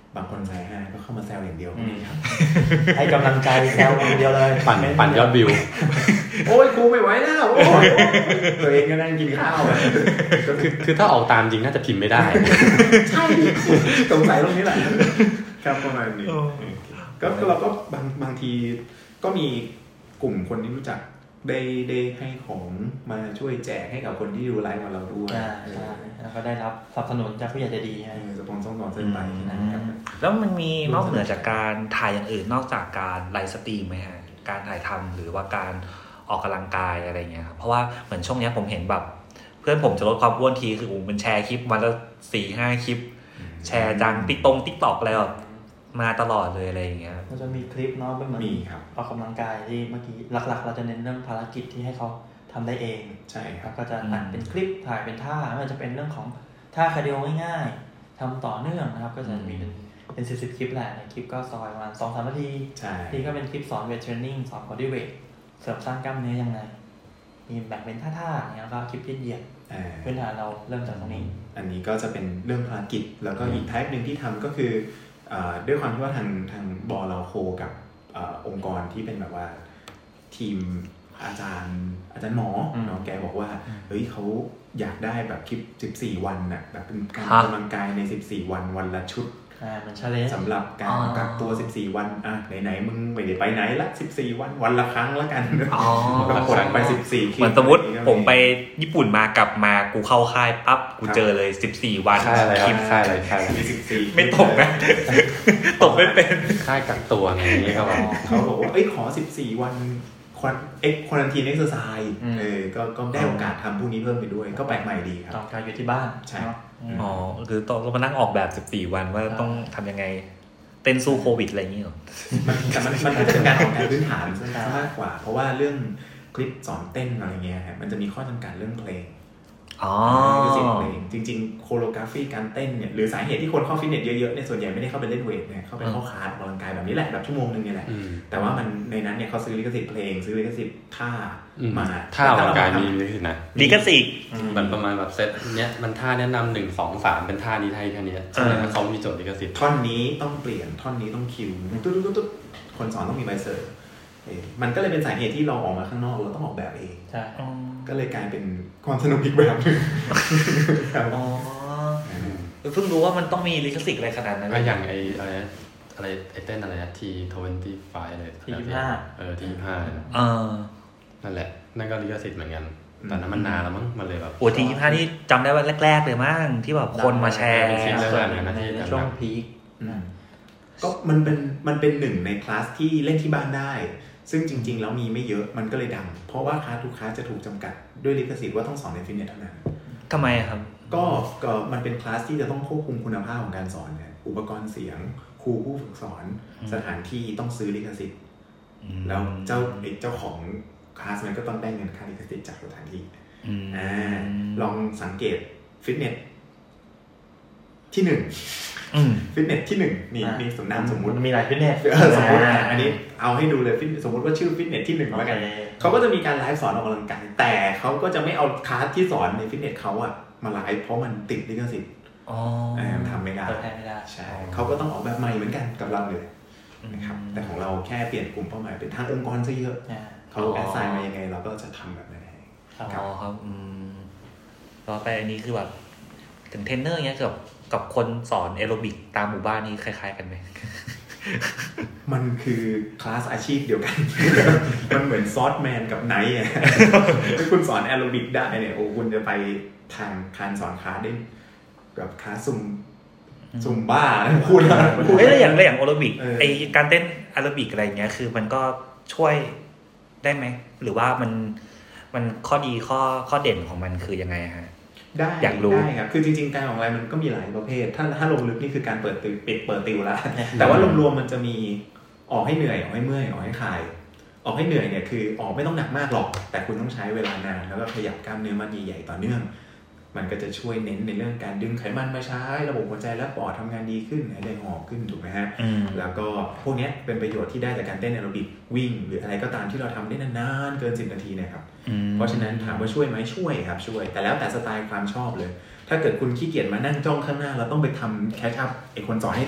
บางคนใส่ฮาก็เข้ามาแซวอย่างเดียวนี่ครับให้กำลังใจแซวอย่างเดียวเลยปั่นปั่นยอดวิวโอ้ยกูไม่ไหวแล้วโอ้ยตัวเองก็นั่งกินข้าวก็คือคือถ้าออกตามจริงน่าจะพิมพ์ไม่ได้ใช่สงสัยตรงนี้แหละครับประมาณนี้ก็เราก็บางบางทีก็มีกลุ่มคนที่รู้จักได้ได้ให้ของมาช่วยแจกให้กับคนที่ดูไลฟ์ของเราด้วยใช่แล้วก็ได้รับสนับสนุนจากผู้ใหญ่ใจดีไงสปอนเซอร์สปอนเซอร์ไปนะครับแล้วมันมีนอกเหนือจากการถ่ายอย่างอื่นนอกจากการไลฟ์สตรีมไหมฮะการถ่ายทำหรือว่าการออกกำลังกายอะไรเงี้ยครับเพราะว่าเหมือนช่วงนี้ผมเห็นแบบเพื่อนผมจะลดความอ้วนทีคือผมเป็นแชร์คลิปวันละสี่ห้าคลิปแชร์จังติ๊กตงติ๊กต็อกอะไรแบบมาตลอดเลยอะไรอย่างเงี้ยมันจะมีคลิปเนาะเป็นเหมือนออกกำลังกายที่เมื่อกี้หลักๆเราจะเน้นเรื่องภารกิจที่ให้เขาทำได้เองใช่ครับก็จะตัดเป็นคลิปถ่ายเป็นท่าไม่ว่าจะเป็นเรื่องของท่าคาร์ดิโอง่ายๆทำต่อเนื่องนะครับก็จะมีเป็นเป็นสิบสิบคลิปแหละในคลิปก็ซอยประมาณ สองถึงสาม นาทีที่ก็เป็นคลิปสอนเวทเทรนนิ่งสอนบอดี้เวทเสริมสร้างกล้ามเนื้อยังไงมีแบ่งเป็นท่าๆอย่างเงี้ยแล้วก็คลิปยืดเหยียดพื้นฐานเราเริ่มจากตรงนี้อันนี้ก็จะเป็นเรื่องภารกิจแล้วก็อีกไทป์นึงที่ทำก็คือด้วยความที่ว่าทางทางบอเราโคกับองค์กรที่เป็นแบบว่าทีมอาจารย์อาจารย์หมอเนาะแกบอกว่าเฮ้ยเขาอยากได้แบบคลิปสิบสี่วันน่ะแบบเป็นการออกกำลังกายในสิบสี่วันวันละชุดอ่ามันเฉลี่ยสำหรับการกักตัวสิบสี่วันอ่ะไหนๆมึงไม่ได้ไปไหนละสิบสี่วันวันละครั้งละกันอ๋อก็กดไปสิบสี่คลิปเหมือนสมมุติผมไปญี่ปุ่นมากลับมากูเข้าค่ายปั๊บกูเจอเลยสิบสี่วันคลิปค่ายอะไรค่ายมีสิบสี่ไม่ตกนะตกไม่เป็นค่ายกักตัวไงนี่ครับเขาบอกว่าเอ้ยขอสิบสี่วันควันเอ็กควอรันทีนเอ็กซ์ไซส์เออก็ก็ได้โอกาสทำพวกนี้เพิ่มไปด้วยก็แปลกใหม่ดีครับต้องการอยู่ที่บ้านใช่อ๋อคือต้องมานั่งออกแบบสิบสี่วันว่าต้องทำยังไงเต้นสู้โควิดอะไรอย่างนี้หรอแต่มันมันก็จะเป็นการออกแบบพื้นฐานมากกว่าเพราะว่าเรื่องคลิปสอนเต้นอะไรเงี้ยครับมันจะมีข้อจำกัดเรื่องเพลงอ๋อเพลงจริงๆโคโรกราฟีการเต้นเนี่ยหรือสาเหตุที่คนเข้าฟิตเนสเยอะๆเนี่ยส่วนใหญ่ไม่ได้เข้าไปเล่นเวทเนี่ยเข้าไปเข้าคลาสออกกำลังกายแบบนี้แหละแบบชั่วโมงนึงเนี่ยแหละแต่ว่ามันในนั้นเนี่ยเขาซื้อลิขสิทธิ์เพลงซื้อลิขสิทธิ์ท่ามาท่าออกกำลังกายมีลิขสิทธิ์นะลิขสิทธิ์มันประมาณแบบเซตเนี้ยมันท่าแนะนำหนึ่งสองสามเป็นท่านี้ไทยแค่นี้ใช่ไหมเขามีจดลิขสิทธิ์ท่อนนี้ต้องเปลี่ยนท่อนนี้ต้องคิวตุ๊ดๆๆคนสอนต้องมีใบเซอร์มันก็เลยเป็นสาเหตุที่เราออกมาข้างนอกเราต้องออกแบบเองใช่ก็เลยกลายเป็นความสนุกอีกแบบนึงอ๋อเพิ่งรู้ว่ามันต้องมีลิขสิทธิ์อะไรขนาดนั้นก็อย่างไอ้อะไรอะไรไอ้เต้นอะไรนะทีทเวนตี้ไฟอะไรทียี่ห้าเออทียี่ห้าเออนั่นแหละนั่นก็ลิขสิทธิ์เหมือนกันแต่นั้นมันนานแล้วมั้งมันเลยแบบโอ้ทียี่ห้านี่จำได้ว่าแรกๆเลยมั้งที่แบบคนมาแชร์ในช่วงพีคก็มันเป็นมันเป็นหนึ่งในคลาสที่เล่นที่บ้านได้ซึ่งจริงๆแล้วมีไม่เยอะมันก็เลยดังเพราะว่าคลาสทุกคลาสจะถูกจำกัดด้วยลิขสิทธิ์ว่าต้องสอนในฟิตเนสเท่านั้นทำไมครับก็ก็มันเป็นคลาสที่จะต้องควบคุมคุณภาพของการสอนเนี่ยอุปกรณ์เสียงครูผู้ฝึกสอนสถานที่ต้องซื้อลิขสิทธิ์แล้วเจ้าเจ้าของคลาสมันก็ต้องได้เงินค่าลิขสิทธิ์จากสถานที่อ่าลองสังเกตฟิตเนสที่หนึ่งฟิตเนสที่หนึ่งนี่มีสมนามสมมุติมีหลายฟิตเนสสมมติอันนี้เอาให้ดูเลยฟิตสมมติว่าชื่อฟิตเนสที่หนึ่งแล้วกันเขาก็จะมีการไลฟ์สอนออกกำลังกายแต่เขาก็จะไม่เอาคลาสที่สอนในฟิตเนสเขาอะมาไลฟ์เพราะมันติดลิขสิทธิ์อ๋อทำไม่ได้ไม่ได้ใช่เขาก็ต้องออกแบบใหม่เหมือนกันกับเราเลยนะครับแต่ของเราแค่เปลี่ยนกลุ่มเป้าหมายเป็นทางองค์กรซะเยอะเขาแอสไซน์มายังไงเราก็จะทำแบบนั้นอ๋อครับอืมต่อไปอันนี้คือแบบถึงเทรนเนอร์เงี้ยกับกับคนสอนแอโรบิกตามหมู่บ้านนี้คล้ายๆกันไหมมันคือคลาสอาชีพเดียวกันมันเหมือนซอสแมนกับไนท์ถ้าคุณสอนแอโรบิกได้เนี่ยโอ้คุณจะไปทางการสอนคลาสได้แบบคลาสซุ่มซุ่มบ้าพูดเฮ้ยแล้วอย่างแล้วอย่างแอโรบิกไอการเต้นแอโรบิกอะไรเงี้ยคือมันก็ช่วยได้ไหมหรือว่ามันมันข้อดีข้อข้อเด่นของมันคือยังไงฮะได้อยากรู้ได้ครับคือจริงๆการออกกำลังกายมันก็มีหลายประเภทถ้าถ้าลงลึกนี่คือการเปิดติวปิดเปิดติวแล้วแต่ว่ารวมๆมันจะมีออกให้เหนื่อยออกให้เมื่อยออกให้คลายออกให้เหนื่อยเนี่ยคือออกไม่ต้องหนักมากหรอกแต่คุณต้องใช้เวลานานแล้วก็ขยับกล้ามเนื้อมัดใหญ่ๆต่อเนื่องมันก็จะช่วยเน้นในเรื่องการดึงไขมันมาใช้ระบบหัวใจและปอดทำงานดีขึ้นหายใจหอบขึ้นถูกไหมฮะแล้วก็พวกนี้เป็นประโยชน์ที่ได้จากการเต้นแอโรบิกวิ่งหรืออะไรก็ตามที่เราทำได้นานๆเกินสิบนาทีนะครับเพราะฉะนั้นถามว่าช่วยไหมช่วยครับช่วยแต่แล้วแต่สไตล์ความชอบเลยถ้าเกิดคุณขี้เกียจมานั่งจ้องข้างหน้าเราต้องไปทำแคชอัพไอ้คนสอนให้ทัน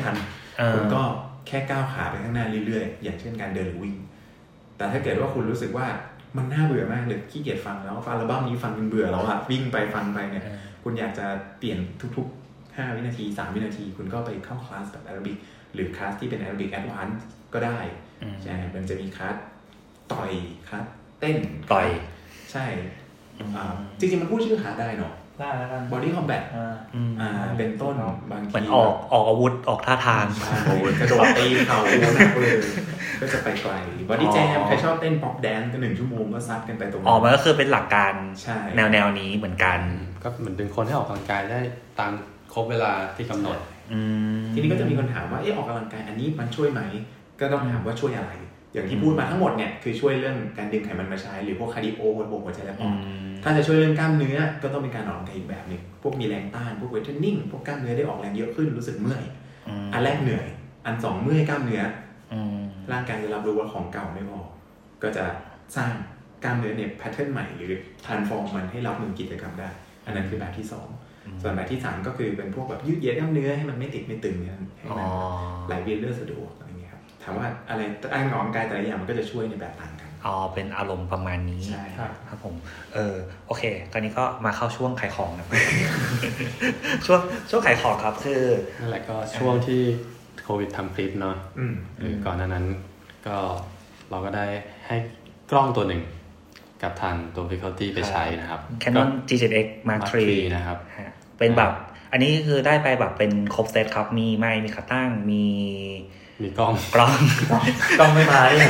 คุณก็แค่ก้าวขาไปข้างหน้าเรื่อยๆอย่างเช่นการเดินหรือวิ่งแต่ถ้าเกิดว่าคุณรู้สึกว่ามันน่าเบื่อมากเลยขี้เกียจฟังแล้วฟังอัลบั้มนี้ฟังจนเบื่อแล้วอะวิ่งไปฟังไปเนี่ยคุณอยากจะเปลี่ยนทุกๆห้าวินาทีสามวินาทีคุณก็ไปเข้าคลาสแบบแอโรบิกหรือคลาสที่เป็นแอโรบิกแอดวานซ์ก็ได้ใช่มันจะมีคลาสต่อยคลาสเต้นต่อยใช่จริงๆมันพูดชื่อหาได้เนาะได้แล้วกัน body combat อ่าเป็นต้นบางทีเหมือนออกออกอาวุธออกท่าทางกระโดดตีเข่าหนักเลยก็จะไปไกล body jam ใครชอบเต้น pop dance ก็หนึ่งชั่วโมงก็ซัดกันไปตรงนั้นอ๋อมันก็คือเป็นหลักการแนวแนวนี้เหมือนกันก็เหมือนดึงคนให้ออกกำลังกายได้ตามครบเวลาที่กำหนดทีนี้ก็จะมีคนถามว่าเออออกกำลังกายอันนี้มันช่วยไหมก็ต้องถามว่าช่วยอะไรอย่างที่พูดมาทั้งหมดเนี่ยคือช่วยเรื่องการดึงไขมันมาใช้หรือพวกคาร์ดิโอระบบหัวใจและปอดถ้าจะช่วยเรื่องกล้ามเนื้อก็ต้องเป็นการออกกำลังกายอีกแบบนึงพวกมีแรงต้านพวกเวทเทรนนิ่งพวกกล้ามเนื้อได้ออกแรงเยอะขึ้นรู้สึกเมื่อยอันแรกเหนื่อยอันสองเมื่อยกล้ามเนื้อร่างกายจะรับรู้ว่าของเก่าไม่พอก็จะสร้างกล้ามเนื้อเนี่ยแพทเทิร์นใหม่หรือทรานส์ฟอร์มมันให้รับมือกิจกรรมได้อันนั้นคือแบบที่สองส่วนแบบที่สามก็คือเป็นพวกแบบยืดเยื้อกล้ามเนื้อให้มันไม่ติดไม่ตึงเนี่ยให้มันไหลเวียนเลือดสะดวกอะไรเงี้ยครับถามว่าอะไรการออกกำลังกายแต่ละอย่างมันก็จะช่วยในแบบต่างกันอ๋อเป็นอารมณ์ประมาณนี้ใช่ครับครับผมเออโอเคตอนนี้ก็มาเข้าช่วงขายของนะ ช่วงช่วงขายของครับคือนั่นแหละก็ช่วงที่โควิดทำคลิปเนาะหรือก่อนหน้านั้นก็เราก็ได้ให้กล้องตัวหนึ่งกับทางตัว Faculty ไปใช้นะครับ Canon จี เซด เอ็กซ์ Mark ทรีนะครับเป็นแบบอันนี้คือได้ไปแบบเป็นครบเซตครับมีไมค์มีขาตั้งมีมีกล้องกล้องกล้องไม่มาเนี่ย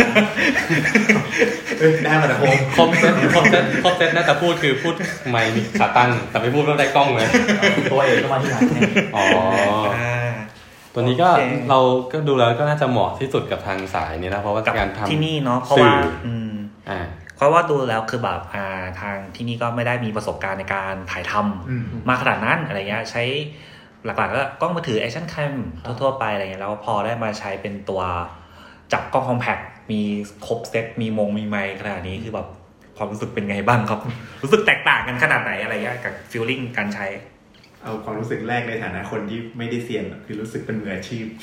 ได้มาแต่โฮมครบเซตครบเซตครบเซตน่าจะพูดคือพูดไมค์มีขาตั้งแต่ไม่พูดว่าได้กล้องเลยตัวเองก็มาที่หลังอ๋อตัวนี้ก็เราก็ดูแล้วก็น่าจะเหมาะที่สุดกับทางสายนี้นะเพราะว่าการทำที่นี่เนาะเพราะว่าอืมอ่าเพราะว่าดูแล้วคือแบบอ่าทางที่นี่ก็ไม่ได้มีประสบการณ์ในการถ่ายทำมาขนาดนั้นอะไรเงี้ยใช้หลักๆก็กล้องมือถือ Action Cam ทั่วๆไปอะไรเงี้ยแล้วพอได้มาใช้เป็นตัวจับกล้องคอมแพคมีครบเซตมีมงมีไมค์ขนาดนี้คือแบบความรู้สึกเป็นไงบ้างครับรู้สึกแตกต่างกันขนาดไหนอะไรเงี้ยกับฟีลลิ่งการใช้เอาความรู้สึกแรกในฐานะคนที่ไม่ได้เซียนคือรู้สึกเป็นมืออาชีพ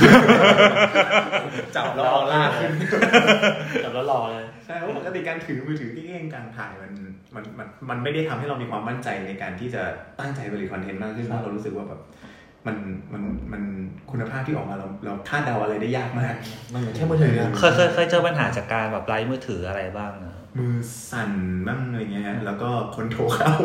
จับแล้วออร่าขึ้นจับแล้วรอเลยใช่เพราะปกติการถือมือถือที่เก่งการถ่ายมันมันมันมันไม่ได้ทำให้เรามีความมั่นใจในการที่จะตั้งใจผลิตคอนเทนต์มากขึ้นเพราะเรารู้สึกว่าแบบมันมันมันคุณภาพที่ออกมาเราเราคาดเดาอะไรได้ยากมากมันเหมือนแค่มือถือเคยเคยเคยเจอปัญหาจากการแบบไลฟ์มือถืออะไรบ้างนะมือสั่นบ้างอะไรเงี้ยแล้วก็คนโทรเข้า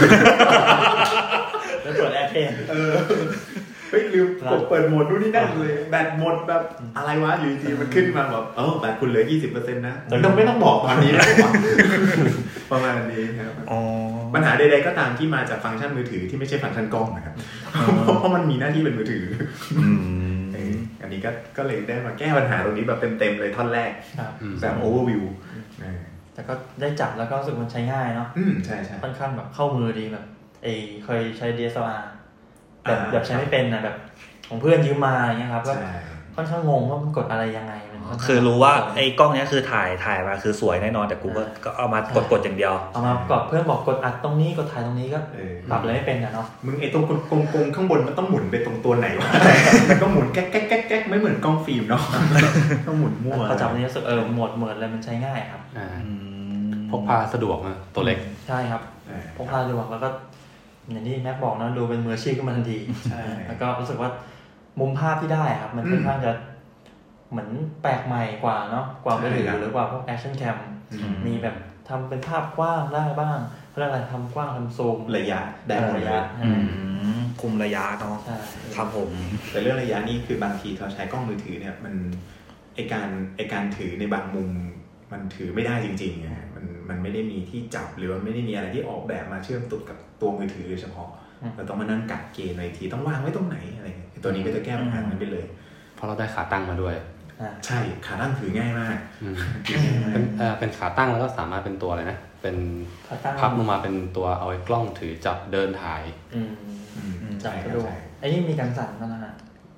แล้วกดแอร์เพลย์เออเฮ้ยลืมกดเปิดโหมดดูนี่นั่นเลยแบตหมดแบบอะไรวะอยู่ดีมันขึ้นมาแบบเออแบตคุณเหลือ ยี่สิบเปอร์เซ็นต์ นะแต่ต้องไม่ต้องบอกตอนนี้นะประมาณนี้ครับอ๋อปัญหาใดๆก็ตามที่มาจากฟังก์ชันมือถือที่ไม่ใช่ฟังก์ชันกล้องนะครับเพราะมันมีหน้าที่เป็นมือถืออันนี้ก็ก็เลยได้มาแก้ปัญหาตรงนี้แบบเต็มๆเลยท่อนแรกแบบโอเวอร์วิวแต่ก็ได้จับแล้วก็รู้สึกมันใช้ง่ายเนาะอืมใช่ๆค่อนข้างแบบเข้ามือดีแบบเอเคยใช้ ดี เอส แอล อาร์ แบบแบบใช้ไม่เป็นนะแบบของเพื่อนยืมมาอย่างเงี้ยครับก็ค่อนข้างงงว่ามันกดอะไรยังไงมันคือรู้ว่าไอ้กล้องเนี้ยคือถ่ายถ่ายมาคือสวยแน่นอนแต่กูก็ก็เอามากดกดอย่างเดียวเอามากดเพื่อนบอกกดอัดตรงนี้กดถ่ายตรงนี้ก็ปรับเลยไม่เป็นนะเนาะมึงไอ้ตรงกงๆข้างบนมันต้องหมุนไปตรงตัวไหนวะมันก็หมุนแก๊กแก๊กแก๊กแก๊กไม่เหมือนกล้องฟิล์มเนาะต้องหมุนมั่วพอจับนี้รู้สึกเออหมดเหมือนเลยมันใช้ง่ายครับพกพาสะดวกนะตัวเล็กใช่ครับพกพาสะดวกแล้วก็อย่างที่แม็กบอกนะดูเป็นมืออาชีพขึ้นมาทันทีใช่แล้วก็รู้สึกว่ามุมภาพที่ได้ครับมันค่อนข้างจะเหมือนแปลกใหม่กว่าเนาะกว่ามือถือหรือกว่าพวก Action Cam มีแบบทำเป็นภาพกว้างได้บ้างเพราะอะไรทำกว้างทำซูมระยะได้ระยะคุมระยะเนาะครับผมแต่เรื่องระยะนี่คือบางทีเราใช้กล้องมือถือเนี่ยมันไอการไอการถือในบางมุมมันถือไม่ได้จริงๆนะมันมันไม่ได้มีที่จับหรือว่าไม่ได้มีอะไรที่ออกแบบมาเชื่อมติดกับตัวมือถือโดยเฉพาะเราต้องมานั่งกัดเกณฑ์ในทีต้องวางไว้ตรงไหนอะไรเงี้ยตัวนี้ก็จะแก้ปัญหานั้นไปเลยเพราะเราได้ขาตั้งมาด้วยใช่ขาตั้งถือง่ายมากเป็นเอ่อเป็นขาตั้งแล้วก็สามารถเป็นตัวอะไรนะเป็นพับลงมาเป็นตัวเอาไว้กล้องถือจับเดินถ่ายจับก็ดูไอ้นี่มีการสั่นมั้ยนะฮะ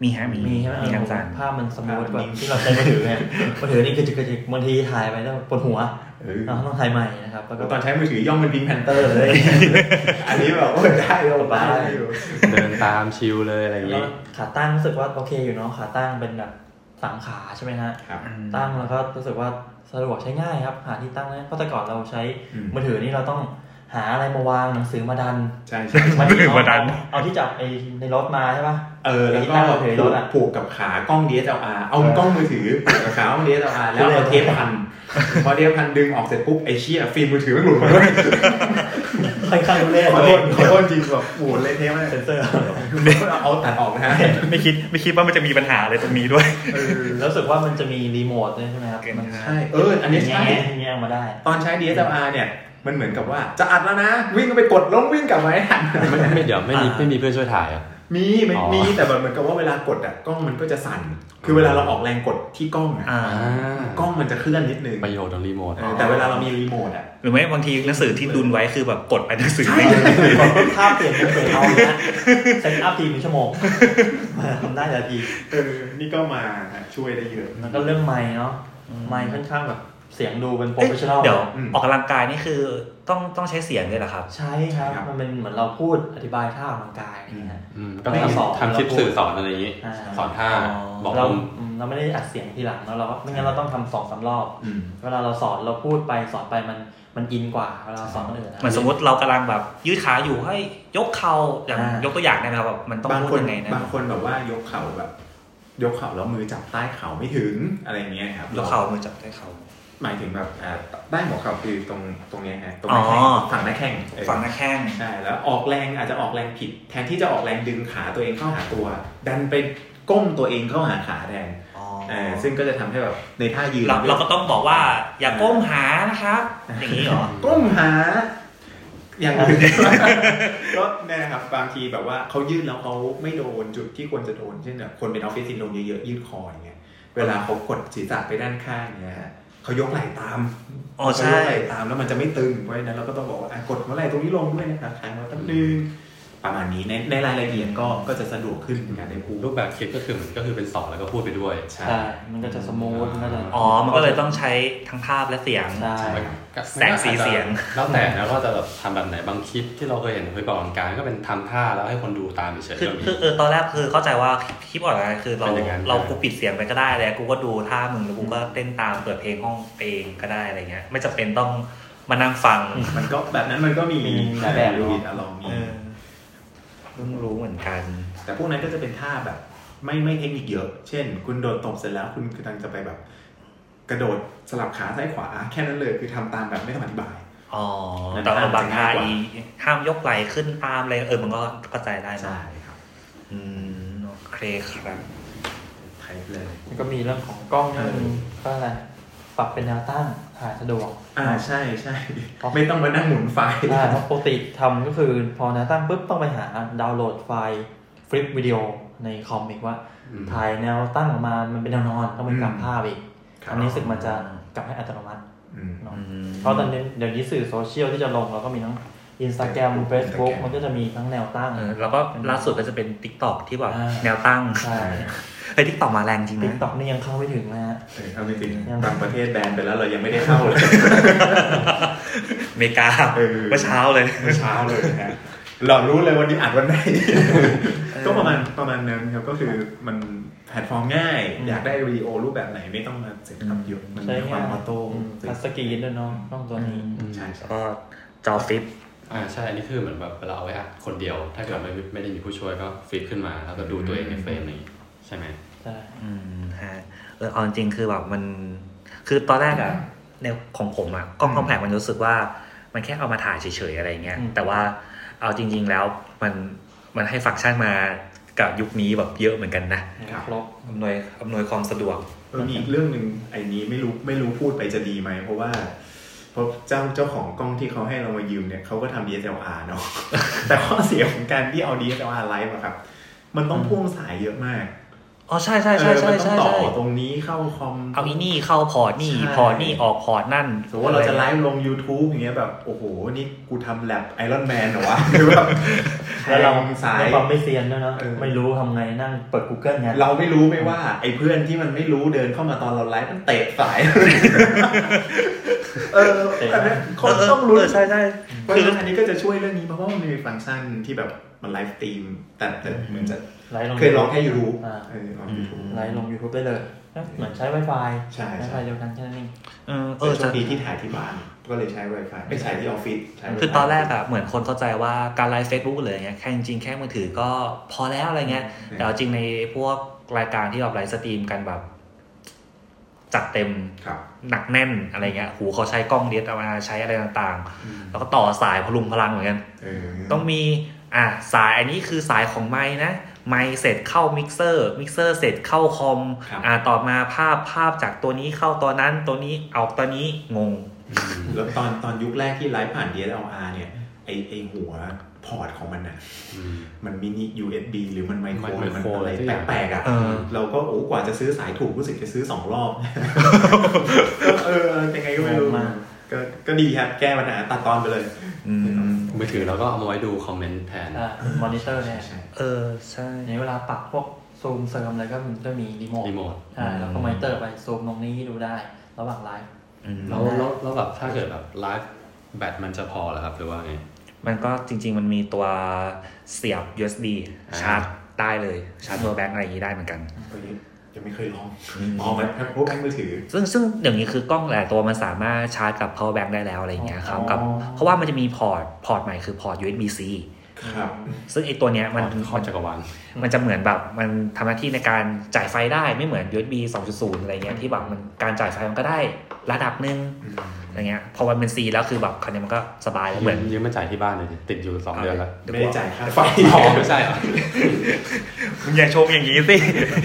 มีฮะมีมีใช่ไหมมีการสั่นภาพมันสมูทกว่าที่เราใช้มือถือไงมือถือนี่คือจะบางทีถ่ายไปแล้วปวดหัวเราต้องถ่ายใหม่นะครับแล้วก็ตอนใช้มือถือย่องเป็นพิงค์แพนเตอร์เลยอันนี้แบบโอ้ได้โอ้ได้อยู่เดินตามชิลเลยอะไรอย่างงี้ขาตั้งรู้สึกว่าโอเคอยู่เนาะขาตั้งเป็นแบบสามขาใช่ไหมฮะตั้งแล้วก็รู้สึกว่าสะดวกใช้ง่ายครับหาที่ตั้งนะเพราะแต่ก่อนเราใช้มือถือนี่เราต้องหาอะไรมาวางหนังสือมาดันใช่ใช่มาดันเอาที่จับไอ้ในรถมาใช่ป่ะเออแล้วก็ผูกกับขากล้อง ดี เอส แอล อาร์ เอากล้องมือถือผูกกับขากล้อง ดี เอส แอล อาร์ แล้วเอาเทปพันพอเทปพันดึงออกเสร็จปุ๊บไอ้เชี่ยฟิล์มมือถือมันหลุดมาด้วยค่อนข้างเละขอโทษขอโทษจริงแบบโอ้เละเทปมากเซนเซอร์เอาตัดออกนะฮะไม่คิดไม่คิดว่ามันจะมีปัญหาอะไรตรงนี้ด้วยเออแล้วรู้สึกว่ามันจะมีรีโมทด้วยใช่ไหมครับมันใช่เอออันนี้ใช่แง่มาได้ตอนใช้ ดี เอส แอล อาร์ เนี่ยมันเหมือนกับว่าจะอัดแล้วนะวิ่งไปกดลงวิ่งกลับมาให้ทันไม่ไม่เดี๋ยวไม่มีไม่มีเพื่อนช่วยถ่ายอ่ะมีไม่มีแต่แบบเหมือนกับว่าเวลากดอ่ะกล้องมันก็จะสั่นคือเวลาเราออกแรงกดที่กล้องอ่ะกล้องมันจะเคลื่อนนิดนึงประโยชน์ของรีโมทแต่เวลาเรามีรีโมทอ่ะหรือไม่บางทีหนังสือที่ดุนไว้คือแบบกดไปหนังสือไม่ภาพเปลี่ยนเป็นเปลี่ยนเอาเนี่ยเซตอัพทีหนึ่งชั่วโมงทำได้นาทีเออนี่ก็มาช่วยได้เยอะแล้วก็เรื่องไมค์เนาะไมค์ค่อนข้างแบบเสียงดูเป็นโปรเฟชชั่นอลเดี๋ยวออกกำลังกายนี่คือต้องต้องใช้เสียงด้วยเหรอครับใช่ครับมันเป็นเหมือนเราพูดอธิบายท่าออกกำลังกายอย่างเงี้ยก็ทำทำคลิปสื่อสอนอะไรอย่างงี้สอนท่าบอกเราเราไม่ได้อัดเสียงทีหลังแล้วเราก็ไม่งั้นเราต้องทำสองสามรอบเวลาเราสอนเราพูดไปสอนไปมันมันอินกว่าเวลาสอนคนอื่นเหมือนสมมติเรากำลังแบบยืดขาอยู่ให้ยกเข่าอย่างยกตัวอย่างได้ไหมครับแบบมันต้องพูดยังไงนะบางคนแบบว่ายกเข่าแบบยกเข่าแล้วมือจับใต้เข่าไม่ถึงอะไรเงี้ยครับยกเข่ามือจับใต้เข่าหมายถึงแบบใต้หัวเข่าคือตรงตรงนี้ฮะตรงหน้าแข้งฝั่งหน้าแข้งฝั่งหน้าแข้งใช่แล้วออกแรงอาจจะออกแรงผิดแทนที่จะออกแรงดึงขาตัวเองเข้าหาตัวดันไปก้มตัวเองเข้าหาขาแทนซึ่งก็จะทำให้แบบในท่ายืนเราก็ต้องบอกว่าอย่าก้มหานะครับอย่างนี้เหรอก้มหาอย่างอื่นก็เนี่ยครับบางทีแบบว่าเขายืดแล้วเขาไม่โดนจุดที่ควรจะโดนเช่นแบบคนเป็นออฟฟิศซินโดรมเยอะๆยืดคออย่างเงี้ยเวลาเขากดศีรษะไปด้านข้างเนี่ยฮะเขายกไหล่ตามอ๋อใช่ไหล่ตามแล้วมันจะไม่ตึงเพราะฉะนั้นเราก็ต้องบอกว่ากดหัวไหล่ตรงนี้ลงด้วยนะครับค้างไว้แป๊บนึงประมาณนี้ในในรายละเอียดก็ก็จะสะดวกขึ้นในการได้พูดรูปแบบคลิปก็คือก็คือเป็นสอนแล้วก็พูดไปด้วยใช่มันก็จะสมูทมันก็จะอ๋อมันก็เลยต้องใช้ทั้งภาพและเสียงแสงสีเสียงแล้วแต่นะว่าจะแบบทำแบบไหนบางคลิปที่เราเคยเห็นเคยบอกกำลังกายก็เป็นทำท่าแล้วให้คนดูตามเฉยๆคือคือเออตอนแรกคือเข้าใจว่าคลิปออกมาคือเราเรากูปิดเสียงไปก็ได้แล้วกูก็ดูท่ามึงแล้วกูก็เต้นตามเปิดเพลงห้องเองก็ได้อะไรเงี้ยไม่จำเป็นต้องมานั่งฟังมันก็แบบนั้นมันก็มีแบบรูปอารมณ์มีเพิ่งรู้เหมือนกันแต่พวกนั้นก็จะเป็นท่าแบบไม่ไม่เทคนิคเยอะเช่นคุณโดดตบเสร็จแล้วคุณกำลังจะไปแบบกระโดดสลับขาซ้ายขวาแค่นั้นเลยคือทำตามแบบไม่ต้องอธิบายอ๋อแต่บางท่าอีห้ามยกไหล่ขึ้นตามอะไรเออมันก็เข้าใจได้นะใช่ครับอืมโอเคครับไทยเลยมันก็มีเรื่องของกล้องนึงก็อะไรปรับเป็นแนวตั้งถ่ายสะดวกอ่าใช่ใช่ไม่ต้องมานั่งหมุนไฟล์ใช่เพราะปกติทำก็คือพอแนวตั้งปุ๊บต้องไปหาดาวน์โหลดไฟล์ฟลิปวิดีโอในคอมอีกว่าถ่ายแนวตั้งออกมามันเป็นแนวนอนต้องไปกลับภาพอีกอันนี้สึกมันจะกลับให้อัตโนมัติเพราะตอนนี้เดี๋ยวนี้สื่อโซเชียลที่จะลงเราก็มีทั้ง Instagram Facebook มันก็จะมีทั้งแนวตั้งแล้วก็ล่าสุดก็จะเป็น TikTok ที่แบบแนวตั้งใช่ไอ้ TikTok มาแรงจริงนะ TikTok นี่ยังเข้าไม่ถึงนะฮะเออเข้าไม่ถึงบางประเทศแบนไปแล้วเรายังไม่ได้เข้าเลยอเมริกาเมื่อเช้าเลยเมื่อเช้าเลยฮะเรารู้เลยวันนี้อัดวันไหนก็ประมาณประมาณนั้นครับก็คือมันแพลตฟอร์มง่ายอยากได้วิดีโอรูปแบบไหนไม่ต้องมาเซ็ตทำเยอะมันมีความออโต้ทัชสกรีนด้วยเนาะต้องตัวนี้ใช่ก็จอฟิปอ่าใช่อันนี้คือเหมือนแบบเราเอาไว้อัดคนเดียวถ้าเกิดไม่ไม่ได้มีผู้ช่วยก็ฟิปขึ้นมาแล้วก็ดูตัวเองในเฟรมนี้ใช่ไหมใช่อืมฮะเออเอาจริงคือแบบมันคือตอนแรกอะในของผมอะกล้องคอมแพคมันรู้สึกว่ามันแค่เอามาถ่ายเฉยๆอะไรเงี้ยแต่ว่าเอาจริงๆแล้วมันมันให้ฟังก์ชันมากับยุคนี้แบบเยอะเหมือนกันนะครบอำนวยอำนวยความสะดวกเออมีอีกเรื่องนึงไอ้นี้ไม่รู้ไม่รู้พูดไปจะดีไหมเพราะว่าเพราะเจ้าเจ้าของกล้องที่เขาให้เรามายืมเนี่ยเขาก็ทำ ดี เอส แอล อาร์ เนาะแต่ข้อเสียของการที่เอา ดี เอส แอล อาร์ ไลฟ์อะครับมันต้องพ่วงสายเยอะมากอ๋อใช่ใช่ใช่ใช่ใช่ต่อตรงนี้เข้าคอมเอาอีนี่เข้าพอร์ตนี่พอร์ตนี่ออกพอร์ตนั่นสมมติว่าเราจะไลฟ์ลง YouTube อย่างเงี้ยแบบโอ้โหนี่กูทำแลบไอรอนแมนเหรอวะหรือแบบแล้วเราสายความไม่เซียนด้วยเนาะไม่รู้ทำไงนั่งเปิด Google ไงเราไม่รู้ไม่ว่าไอ้เพื่อนที่มันไม่รู้เดินเข้ามาตอนเราไลฟ์มันเตะสายเอออันนี้คนต้องรู้ใช่ใช่คืออันนี้ก็จะช่วยเรื่องนี้เพราะว่ามันมีฟังก์ชันที่แบบมันไลฟ์สตรีมแต่แต่เหมือนจะเคยลองแค่ YouTube เออลอง YouTube ไลฟ์ลง YouTube ได้เลยเหมือนใช้ Wi-Fi ใช่ Wi-Fi เดียวกันแค่นั้นเองเออเออโชคดีที่ถ่ายที่บ้านก็เลยใช้ Wi-Fi ไม่ใช้ที่ออฟฟิศคือตอนแรกอะเหมือนคนเข้าใจว่าการไลฟ์ Facebook เลยอย่างเงี้ยแค่จริงๆแค่มือถือก็พอแล้วอะไรเงี้ยแต่จริงในพวกรายการที่แบบไลฟ์สตรีมกันแบบจัดเต็มหนักแน่นอะไรเงี้ยหูเขาใช้กล้องเดียร์มาใช้อะไรต่างๆแล้วก็ต่อสายพลุงพลังเหมือนกันต้องมีอ่ะสายอันนี้คือสายของไมค์นะไมค์เสร็จเข้ามิกเซอร์มิกเซอร์เสร็จเข้าคอมอ่าต่อมาภาพภาพจากตัวนี้เข้าตัวนั้นตัวนี้เอาตัวนี้งงแล้วตอนตอนยุคแรกที่ไลฟ์ผ่าน ดี เอส แอล อาร์ เนี่ยไอไอหัวพอร์ตของมันน่ะมันมินิ ยู เอส บี หรือมันไมโครหรือมันอะไรแปลกๆอ่ะเราก็โอ้กว่าจะซื้อสายถูกรู้สึกจะซื้อสองรอบเออยังไงก็ไม่รู้ก็ก็ดีครับแก้ปัญหาตัดตอนไปเลยมือถือเราก็เอามาไว้ดูคอมเมนต์แทนอ่ามอนิเตอร์เนี่ยเออใช่ในเวลาปรับพวกซูมเสริมอะไรก็มันก็มีรีโมทรีโมทอ่าแล้วก็มอนิเตอร์ไปซูมตรงนี้ดูได้ระหว่างไลฟ์แล้วแล้วแล้วแบบถ้าเกิดแบบไลฟ์แบตมันจะพอเหรอครับหรือว่าไงมันก็จริงๆมันมีตัวเสียบ ยู เอส บี ชาร์จได้เลยชาร์จตัวแบงค์อะไรอย่างนี้ได้เหมือนกันยังไม่เคยลองมองแบบพวกแบงค์มือถือซึ่งซึ่งเดี๋ยวนี้คือกล้องหลายตัวมันสามารถชาร์จกับ power bank ได้แล้วอะไรอย่างเงี้ยครับกับเพราะว่ามันจะมีพอร์ตพอร์ตใหม่คือพอร์ต ยู เอส บี ซีครับซึ่งไอตัวเนี้ยมันมันจักรวาลมันจะเหมือนแบบมันทำหน้าที่ในการจ่ายไฟได้ไม่เหมือน ยู เอส บี สองจุดศูนย์ อะไรเงี้ยที่แบบมันการจ่ายไฟมันก็ได้ระดับนึงอะไรเงี้ยพอมันเป็น C แล้วคือแบบคันนี้มันก็สบายเหมือนยืมมาจ่ายที่บ้านเลยติดอยู่สองเดือนแล้วไม่ได้จ่ายค่าไฟไม่ใช่เหรอมึงอย่าชมอย่างนี้สิ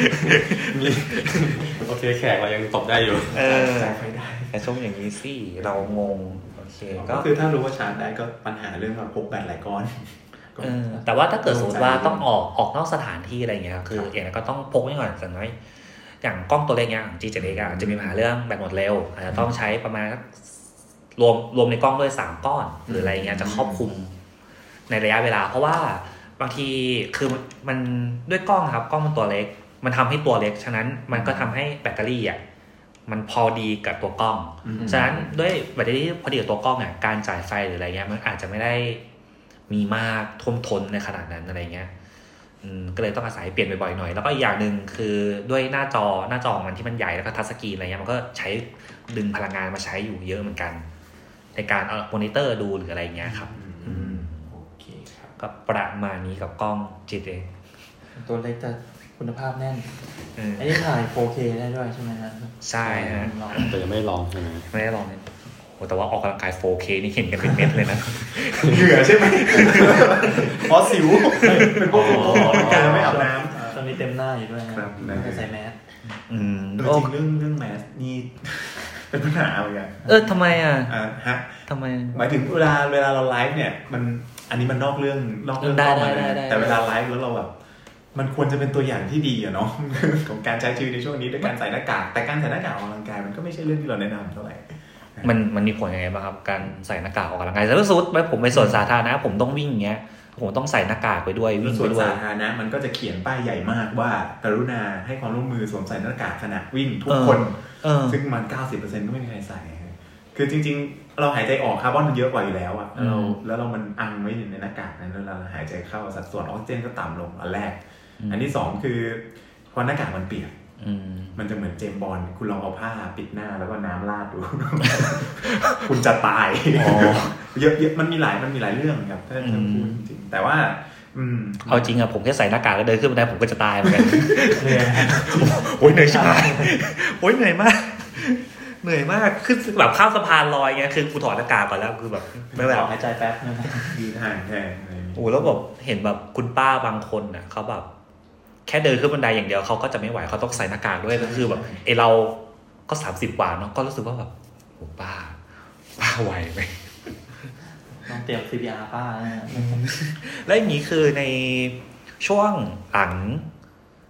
โอเคแขกเรายังตบได้อยู่เออจ่ายไฟได้อย่าชมอย่างนี้สิเรางงโอเคก็คือถ้ารู้ว่าชาร์จได้ก็ปัญหาเรื่องแบบพกแบตหลายก้อนเออแต่ว่าถ้าเกิดสมมติว่าต้องออกออกนอกสถานที่อะไรเงี้ยคืออย่างนั้นก็ต้องพกไว้ก่อนสักน้อยอย่างกล้องตัวเล็กเนี้ย จี เจ็ด เอ็กซ์ อ่ะจะมีปัญหาเรื่องแบตหมดเร็วอาจจะต้องใช้ประมาณรวมรวมในกล้องด้วยสามก้อนหรืออะไรเงี้ยจะครอบคลุมในระยะเวลาเพราะว่าบางทีคือมันด้วยกล้องครับกล้องมันตัวเล็กมันทำให้ตัวเล็กฉะนั้นมันก็ทำให้แบตเตอรี่อ่ะมันพอดีกับตัวกล้องฉะนั้นด้วยแบตเตอรี่พอดีกับตัวกล้องอ่ะการจ่ายไฟหรืออะไรเงี้ยมันอาจจะไม่ได้มีมากท่วมท้นในขนาดนั้นอะไรเงี้ยก็เลยต้องอาศัยเปลี่ยนบ่อยๆหน่อยแล้วก็อีกอย่างหนึ่งคือด้วยหน้าจอหน้าจอมันที่มันใหญ่แล้วก็ทัชสกรีนอะไรเงี้ยมันก็ใช้ดึงพลังงานมาใช้อยู่เยอะเหมือนกันในการเอามอนิเตอร์ดูหรืออะไรเงี้ยครับโอเคครับก็ประมาณนี้กับกล้อง จี เจ็ดตัวเล็กแต่คุณภาพแน่นอันนี้ถ่าย โฟร์เค ได้ด้วยใช่ไหมครับใช่ฮะแต่ยังไม่ลองใช่ไหมไม่ได้ลองเลยโอ้แต่ว่าออกกำลังกาย โฟร์เค นี่เห็นกันเป็นเม็ดเลยนะเหงื่อใช่ไหมอ๋อสิวเป็นพวกการไม่อาบน้ำตอนนี้เต็มหน้าอยู่ด้วยครับใส่แมสอืมจริงเรื่องเรื่องแมสนี่เป็นปัญหาอะไรกันเออทำไมอ่ะอ่าฮะทำไมหมายถึงเวลาเวลาเราไลฟ์เนี่ยมันอันนี้มันนอกเรื่องนอกเรื่องได้แต่เวลาไลฟ์แล้วเราแบบมันควรจะเป็นตัวอย่างที่ดีอะเนาะของการใช้ชีวิตในช่วงนี้ด้วยการใส่หน้ากากแต่การใส่หน้ากากออกกำลังกายมันก็ไม่ใช่เรื่องที่เราแนะนำเท่าไหร่มันมันมีผลยังไงบ้างครับการใส่หน้ากากออกกำลังกายแต่ถ้าสมมติผมไปสวนสาธารณะผมต้องวิ่งเงี้ยผมต้องใส่หน้ากากไปด้วยวิ่งไปด้วยสวนสาธารณะมันก็จะเขียนป้ายใหญ่มากว่ากรุณาให้ความร่วมมือสวมใส่หน้ากากขณะวิ่งทุกคนซึ่งมัน เก้าสิบเปอร์เซ็นต์ ก็ไม่มีใครใส่คือจริงๆเราหายใจออกคาร์บอนมันเยอะกว่าอยู่แล้วอะแล้วเราแล้วเรามันอังไว้อยู่ในหน้ากากนั้นแล้วเราหายใจเข้าสัดส่วนออกซิเจนก็ต่ำลงอันแรกอันที่สองคือพอหน้ากากมันเปียกมันจะเหมือนเจมส์บอนด์คุณลองเอาผ้าปิดหน้าแล้วก็น้ำราดดู คุณจะตายเยอะๆมันมีหลายมันมีหลายเรื่องครับถ้าจะพูดจริงแต่ว่าเอาจริงอะผมแค่ใส่หน้ากากแล้วเดินขึ้นบันไดผมก็จะตายเหมือนกันเหนื่อยโอ้ยเหนื่อยชิบหายโอ้ยเหนื่อยมากเหนื่อยมากขึ้นแบบข้ามสะพานลอยไงคือกูถอดหน้ากากก่อนแล้วคือแบบไม่แบบหายใจแป๊บนึงยืนห่างแค่โอ้แล้วแบบเห็นแบบคุณป้าบางคนน่ะเขาแบบแค่เดินขึ้นบันไดอย่างเดียวเขาก็จะไม่ไหวเขาต้องใส่หน้ากากด้วยก็คือแบบไอเราก็สามสิบกว่าเนาะก็รู้สึกว่าแบบโอ้ป้าป้าไหวไหมต้องเตรียม ซี พี อาร์ ป้าแล้วอย่างนี้คือในช่วงหลัง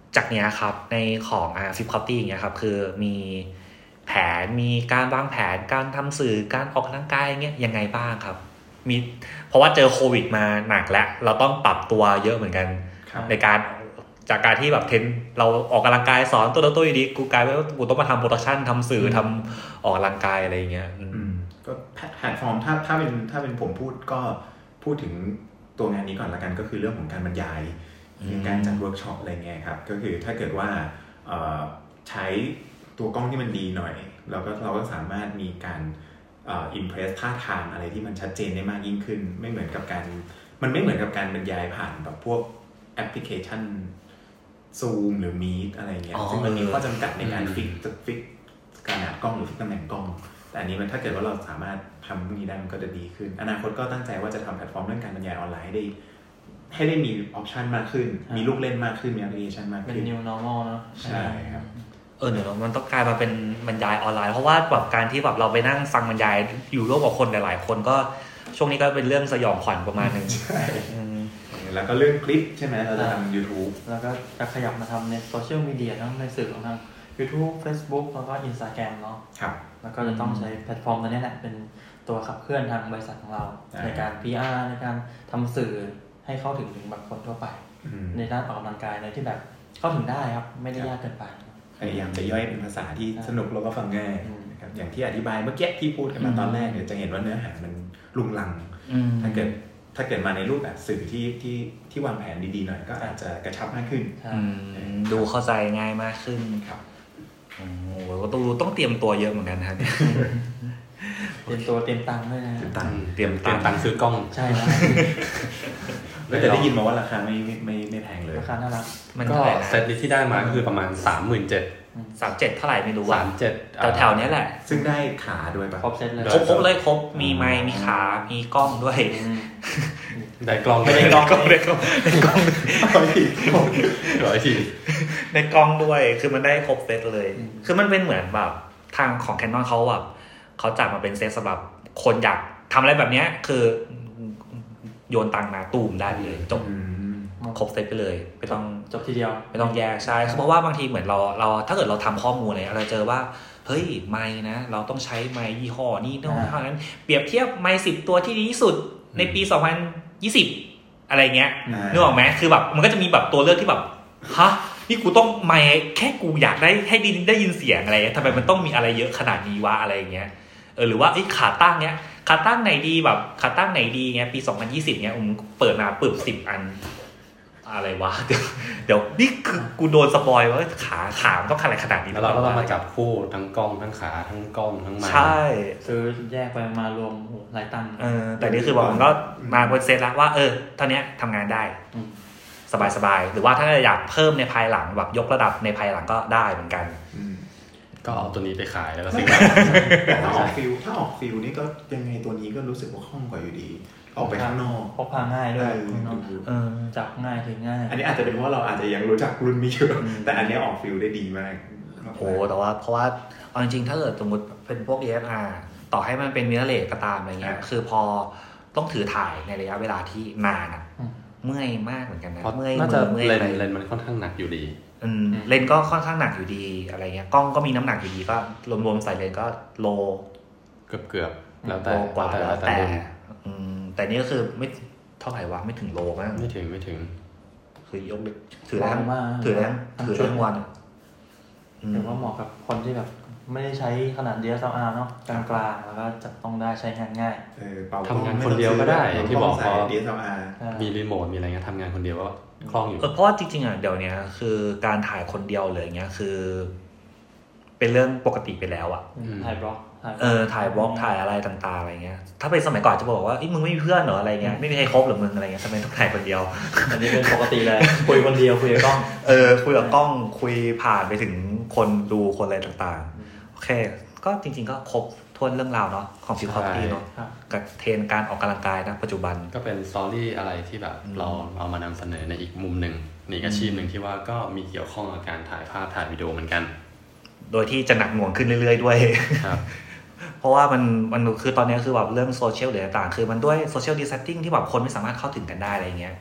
จากเนี้ยครับในของอ่า Flipkart อย่างเงี้ยครับคือมีแผนมีการวางแผนการทำสื่อการออกกำลังกายเงี้ยยังไงบ้างครับมีเพราะว่าเจอโควิดมาหนักแล้วเราต้องปรับตัวเยอะเหมือนกันในการจากการที่แบบเทรนเราออกกำลังกายสอนตัวตัวดีกูกลายว่ากูต้องมาทำโปรดักชันทำสื่อทำออกกำลังกายอะไรอย่างเงี้ยก็แพลตฟอร์มถ้าถ้าเป็นถ้าเป็นผมพูดก็พูดถึงตัวงานนี้ก่อนละกันก็คือเรื่องของการบรรยายการจัดเวิร์กช็อปอะไรเงี้ยครับก็คือถ้าเกิดว่าใช้ตัวกล้องที่มันดีหน่อยเราก็เราก็สามารถมีการอิมเพรสท่าทางอะไรที่มันชัดเจนได้มากยิ่งขึ้นไม่เหมือนกับการมันไม่เหมือนกับการบรรยายผ่านแบบพวกแอปพลิเคชัน Zoom หรือ Meet อะไรเงี้ยซึ่งมันมีข้อจำกัดในการฟิกฟิกขนาดกล้องหรือฟิกตำแหน่งกล้องแต่อันนี้มันถ้าเกิดว่าเราสามารถทำพวกนี้ได้มันก็จะดีขึ้นอนาคตก็ตั้งใจว่าจะทำแพลตฟอร์มเรื่องการบรรยายออนไลน์ให้ได้ให้ได้มีออปชันมากขึ้นมีลูกเล่นมากขึ้นมีแอปพลิเคชันมากขึ้นเป็น new normal เนาะใช่ครับเออเดี๋ยวมันต้องกลายมาเป็นบรรยายออนไลน์เพราะว่าแบบการที่แบบเราไปนั่งฟังบรรยายอยู่ร่วมกับคนหลายๆคนก็ช่วงนี้ก็เป็นเรื่องสยองขวัญประมาณนึงใช่แล้วก็เรื่องคลิปใช่ไหมเราจะทำ YouTube แล้วก็จะขยับมาทำในโซเชียลมีเดียทั้งในสื่อของทาง YouTube Facebook แล้วก็ Instagram เนาะครับแล้วก็จะต้องใช้แพลตฟอร์มตัวนี้แหละเป็นตัวขับเคลื่อนทางบริษัทของเราในการ พี อาร์ ในการทำสื่อให้เข้าถึงถึงแบบคนทั่วไปในด้านออกกำลังกายในที่แบบเข้าถึงได้ครับไม่ได้ยากเกินไปพยายามจะย่อยเป็นภาษาที่สนุกแล้วก็ฟังง่ายนะครับอย่างที่อธิบายเมื่อกี้ที่พูดกันมาตอนแรกเนี่ยจะเห็นว่าเนื้อหามันลุงลังถ้าเกิดถ้าเกิดมาในรูปแบบสื่อที่ที่ที่วางแผนดีๆหน่อยก็อาจจะกระชับมากขึ้นดูเข้าใจง่ายมากขึ้นครับโอ้โหก็ต้องต้องเตรียมตัวเยอะเหมือนกันครับเตรียมตัวเตรียมตังค์ด้วยนะเตรียมตังค์เตรียมตังค์ซื้อกล้องใช่แล้วแล้วจะได้ยินมาว่าราคาไม่ไม่ไม่แพงเลยราคาน่ารักก็เซตที่ได้มาก็คือประมาณ สามหมื่นเจ็ดพันสามสิบเจ็ดเท่าไหร่ไม่รู้อ่ะสามสิบเจ็ดแถวๆนี้แหละซึ่งได้ขาด้วยป่ะครบเซตเลยครบๆเลยครบมีไมค์มีขามีกล้องด้วยได้กล้องไม่ได้กล้องได้กล้องได้กล้องร้อยทีร้อยทีได้กล้องด้วยคือมันได้ครบเซตเลยคือมันเป็นเหมือนแบบทางของ Canon เขาแบบเขาจัดมาเป็นเซตสำหรับคนอยากทำอะไรแบบนี้คือโยนตังค์มาตูมได้เลยจบครบเซตไปเลยไม่ต้องจบทีเดียวไม่ต้องแยกใช่เพราะว่าบางทีเหมือนเราเราถ้าเกิดเราทำข้อมูลอะไรเราเจอว่าเฮ้ยไมค์นะเราต้องใช้ไมค์ยี่ห้อนี้เท่านั้นเปรียบเทียบไมค์สิบตัวที่ดีที่สุดในปีสองพันยี่สิบอะไรเงี้ยนึกออกไหมคือแบบมันก็จะมีแบบตัวเลือกที่แบบฮะนี่กูต้องไมค์แค่กูอยากได้ให้ดินได้ยินเสียงอะไรทำไมมันต้องมีอะไรเยอะขนาดนี้วะอะไรเงี้ยเออหรือว่าไอ้ขาตั้งเนี้ยขาตั้งไหนดีแบบขาตั้งไหนดีเงี้ยปีสองพันยี่สิบเงี้ยผมเปิดมาปึบสิบอันอะไรวะเดี๋ยวเดี๋ยวนี่คือกูโดนสปอยว่าขาขามันต้องขนาดขนาดนี้แล้วเราก็ต้องมาจับคู่ทั้งกล้องทั้งขาทั้งกล้องทั้งไมค์ใช่ซื้อแยกไปมารวมหลายตังค์เออแต่นี่คือบอกมันก็มาบนเซตแล้วว่าเออเท่านี้ทำงานได้สบายๆหรือว่าถ้าอยากเพิ่มในภายหลังแบบยกระดับในภายหลังก็ได้เหมือนกันก็เอาตัวนี้ไปขายแล้วก็ซื้อแต่ถ้าออกฟิลถ้าออกฟิลนี่ก็ยังไงตัวนี้ก็รู้สึกว่าคล่องกว่าอยู่ดีออกไปข้างนอกพกพาง่ายด้วยจับง่ายถือง่ายอันนี้อาจจะเป็นเพราะเราอาจจะยังรู้จักรุ่นไม่เยอะแต่อันนี้ออกฟิลได้ดีมากโอ้แต่ว่าเพราะว่าเอาจริงๆถ้าเกิดสมมติเป็นพวก เอ เอฟ อาร์ ต่อให้มันเป็นมิเรอร์เลสก็ตามอะไรเงี้ยคือพอต้องถือถ่ายในระยะเวลาที่นานอ่ะเมื่อยมากเหมือนกันนะเมื่อยมือเมื่อยอะไรเลนมันค่อนข้างหนักอยู่ดีอืมเลนก็ค่อนข้างหนักอยู่ดีอะไรเงี้ยกล้องก็มีน้ำหนักอยู่ดีก็รวมๆใส่เลนก็โลเกือบๆแล้วแต่กว่าแล้วแต่อืมแต่นี่ก็คือไม่เท่าไหร่วะไม่ถึงโลมากไม่ถึงไม่ถึงคือยกถือได้ถือได้ถือได้ทั้งวันถือว่าเหมาะกับคนที่แบบไม่ได้ใช้ขนาด ดี เอส แอล อาร์ เนาะกลางๆแล้วก็จับต้องได้ใช้งานง่ายทำงานคนเดียวก็ได้อย่างที่บอกพอดี เอส แอล อาร์มีรีโมทมีอะไรเงี้ยทำงานคนเดียวก็คล่องอยู่เพราะว่าจริงๆอ่ะเดี๋ยวนี้คือการถ่ายคนเดียวเลยเงี้ยคือเป็นเรื่องปกติไปแล้วอ่ะถ่ายบล็อกเออถ่ายบล็อกถ่ายอะไรต่างๆอะไรเงี้ยถ้าเป็นสมัยก่อนจะบอกว่าไอ้มึงไม่มีเพื่อนเหรออะไรเงี้ยไม่มีใครคบหรอมึงอะไรเงี้ยทำไมต้องถ่ายคนเดียวอันนี้เป็นปกติเลยคุยคนเดียวคุยกับกล้องเออคุยกับกล้องคุยผ่านไปถึงคนดูคนอะไรต่างๆโอเคก็จริงๆก็ครบทวนเรื่องราวเนาะของฟิลคอปตี้เนาะกับเทรนการออกกำลังกายนะปัจจุบันก็เป็นสตอรี่อะไรที่แบบเราเอามานำเสนอในอีกมุมหนึ่งนี่อาชีพหนึ่งที่ว่าก็มีเกี่ยวข้องกับการถ่ายภาพถ่ายวิดีโอเหมือนกันโดยที่จะหนักหน่วงขึ้นเรื่อยๆด้วยครับเพราะว่ามันมันคือตอนนี้คือแบบเรื่องโซเชียลหรือต่างๆคือมันด้วยโซเชียลดิสแทนซิ่งที่แบบคนไม่สามารถเข้าถึงกันได้อะไรเงี้ย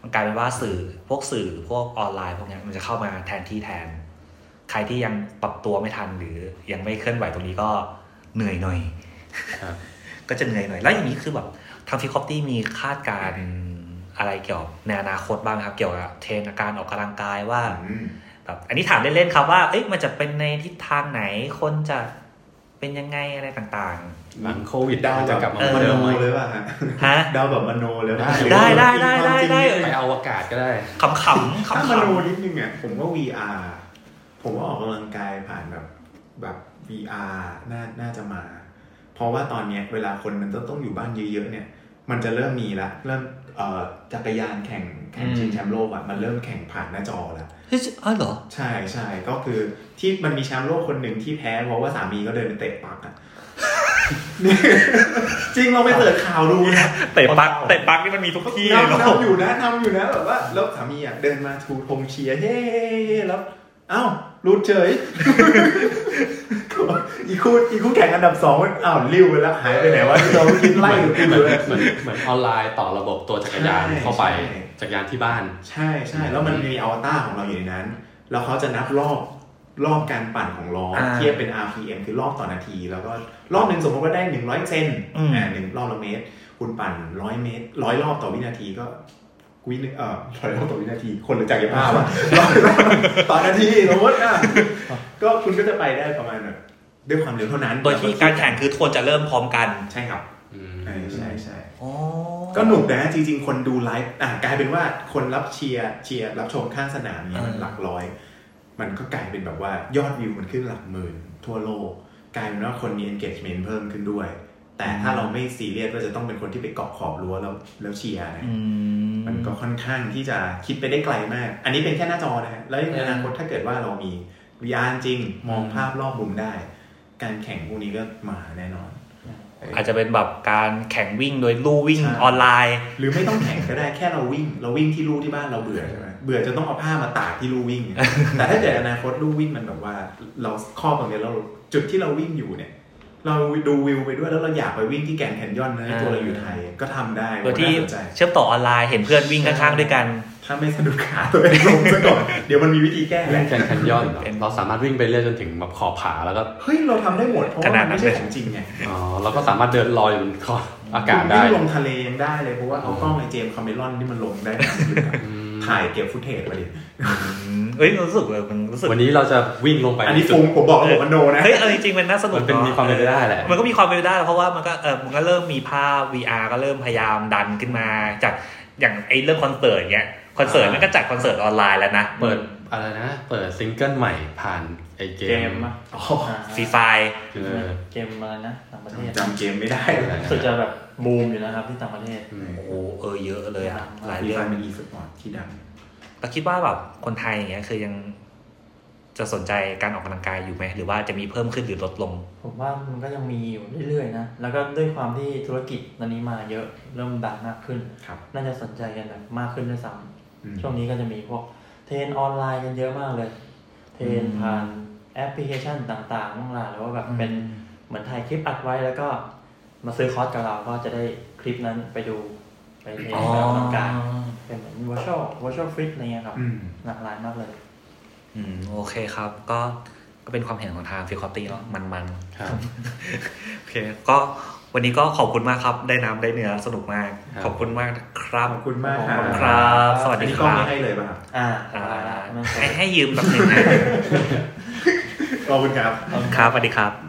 มันกลายเป็นว่าสื่อพวกสื่อพวกออนไลน์พวกนี้มันจะเข้ามาแทนที่แทนใครที่ยังปรับตัวไม่ทันหรือยังไม่เคลื่อนไหวตรงนี้ก็เหนื่อยหน่อยก็จะเหนื่อยหน่อยแล้วอย่างนี้คือแบบทาง Flipkopty มีคาดการณ์อะไรเกี่ยวในอนาคตบ้างครับเกี่ยวกับเทรนด์การออกกำลังกายว่าแบบอันนี้ถามเล่นๆครับว่าเอ๊ะมันจะเป็นในทิศทางไหนคนจะเป็นยังไงอะไรต่างๆหลังโควิดดาวจะกลับมาเหมือนเดิมเลยป่ะฮะดาวแบบมโนเลยได้ได้ได้ได้ได้ไปเอาอากาศก็ได้ขำๆขำๆถ้ามโนนิดนึงอ่ะผมว่า วี อาร์ ผมว่าออกกำลังกายผ่านแบบแบบ วี อาร์ น่าน่าจะมาเพราะว่าตอนนี้เวลาคนมันต้องต้องอยู่บ้านเยอะๆเนี่ยมันจะเริ่มมีละเริ่มเอ่อจักรยานแข่งแข่งชิงแชมป์โลกอ่ะมันเริ่มแข่งผ่านหน้าจอแล้วเฮ้ยอ๋อเหรอใช่ใช่ก็คือที่มันมีแชมป์โลกคนหนึ่งที่แพ้เพราะว่าสามีก็เดินไปเตะปักอ่ะจริงเราไปเสิร์ชข่าวดูนะเตะปักเตะปักนี่มันมีทุกที่เลยนำอยู่นะนำอยู่นะแบบว่าแล้วสามีอ่ะเดินมาชูธงเชียร์เฮ้แล้วอ้าวรูดเฉยอีคู่อีคู่แข่งอันดับสองอ้าวลิ้วไปแล้วหายไปไหนวะที่เราคิดไล่อยู่กูเลยเหมือนเหมือนออนไลน์ต่อระบบตัวจักรยานเข้าไปจักรยานที่บ้านใช่ใช่แล้วมันมีอวตารของเราอยู่ในนั้นแล้วเขาจะนับรอบรอบการปั่นของล้อเทียบเป็น อาร์ พี เอ็ม คือรอบต่อนาทีแล้วก็รอบนึงสมมติว่าได้หนึ่งร้อยเซนอ่าหนึ่งรอบละเมตรคุณปั่นหนึ่งร้อยเมตรหนึ่งร้อยรอบต่อวินาทีก็วินึงเอ่อร้อยรอบต่อวินาทีคนหรือจักรยานอ่ะร้อยรอบต่อนาทีสมมติอ่ะก็คุณก็จะไปได้ประมาณแบบด้วยความเร็วเท่านั้นโดยที่การแข่งคือคนจะเริ่มพร้อมกันใช่ครับใช่ใช่ใช่ก็หนุกนะจริงๆคนดูไลฟ์อ่ะกลายเป็นว่าคนรับเชียร์เชียร์รับชมข้างสนามเนี่ยมันหลักร้อยมันก็กลายเป็นแบบว่ายอดวิวมันขึ้นหลักหมื่นทั่วโลกกลายเป็นว่าคนมี engagement เพิ่มขึ้นด้วยแต่ถ้าเราไม่ซีเรียสว่าจะต้องเป็นคนที่ไปเกาะขอบรั้วแล้วแล้วเชียร์นะมันก็ค่อนข้างที่จะคิดไปได้ไกลมากอันนี้เป็นแค่หน้าจอนะฮะแล้วในอนาคตถ้าเกิดว่าเรามี วี อาร์ จริงมองภาพรอบมุมได้การแข่งพวกนี้ก็มาแน่นอนอาจจะเป็นแบบการแข่งวิ่งโดยลู่วิ่งออนไลน์หรือไม่ต้องแข่งก็ได้แค่เราวิ่งเราวิ่งที่ลู่ที่บ้านเราเบื่อใช่ไหมเบื่อจะต้องเอาผ้ามาตากที่ลู่วิ่งแต่ถ้าเกิดอนาคตลู่วิ่งมันแบบว่าเราครอบตรงนี้เราจุดที่เราวิ่งอยู่เนี่ยเราดูวิวไปด้วยแล้วเราอยากไปวิ่งที่แกรนด์แคนยอนนะตัวเราอยู่ไทยก็ทำได้โดยที่เชื่อมต่อออนไลน์เห็นเพื่อนวิ่งข้างๆด้วยกันถ้าไม่สะดุดขาตัวเองลงซะก่อนเดี๋ยวมันมีวิธีแก้แหละแกรนด์แคนยอนเราสามารถวิ่งไปเรื่อยจนถึงแบบขอบผาแล้วก็เฮ้ยเราทำได้หมดเพราะว่ามันไม่ใช่ของจริงไงอ๋อเราก็สามารถเดินลอยบนขอบอากาศได้วิ่งลงทะเลยังได้เลยเพราะว่าเอากล้องไอเจมส์คาเมรอนที่มันลงได้ถ่ายเก็บฟุตเทจไว้ดิเฮ้ยรู้สึกเลยมันรู้สึกวันนี้เราจะวิ่งลงไปอันนี้ฟุงผมบอกว่าผมมโนนะเฮ้ยจริงๆมันน่าสนุกมันเป็นมีความเป็นไปได้แหละมันก็มีความเป็นไปได้เพราะว่ามันก็เออมันก็เริ่มมีภาพ วี อาร์ ก็เริ่มพยายามดันขึ้นมาจากอย่างไอ้เรื่องคอนเสิร์ตเงี้ยคอนเสิร์ตมันก็จัดคอนเสิร์ตออนไลน์แล้วนะเปิดอะไรนะเปิดซิงเกิลใหม่ผ่านไอ้เกมอ๋อฟรีไฟร์เกมอะไรนะต่างประเทศจำเกมไม่ได้สุดจะแบบบูมอยู่นะครับที่ต่างประเทศโอ้เออเยอะเลยอ่ะหลายเรื่องมันอีสปอร์ตที่ดังแต่คิดว่าแบบคนไทยอย่างเงี้ยคือยังจะสนใจการออกกำลังกายอยู่ไหมหรือว่าจะมีเพิ่มขึ้นหรือลดลงผมว่ามันก็ยังมีอยู่เรื่อยๆนะแล้วก็ด้วยความที่ธุรกิจตอนนี้มาเยอะเริ่มดังมากขึ้นน่าจะสนใจกันแบบมากขึ้นด้วยซ้ำช่วงนี้ก็จะมีพวกเทรนออนไลน์กันเยอะมากเลยเทรนผ่านแอปพลิเคชันต่างๆทั้งหลายหรือว่าแบบเป็นเหมือนถ่ายคลิปอัดไว้แล้วก็มาซื้อคอร์สกับเราก็จะได้คลิปนั้นไปดูไปเทรนแบบออกกำลังกายเป็นเหมือน virtual virtual fit อะไรเงี้ยครับหลากหลายมากเลยอืมโอเคครับก็ก็เป็นความเห็นของทาง Flipkopty เนาะมันๆครับโอเคก็วันนี้ก็ขอบคุณมากครับได้น้ำได้เนื้อสนุกมากขอบคุณมากครับขอบคุณมากครับสวัสดีครับไม่ให้เลยป่ะอ่าให้ให้ยืมแบบนึงนะขอบคุณครับครับสวัสดีครับ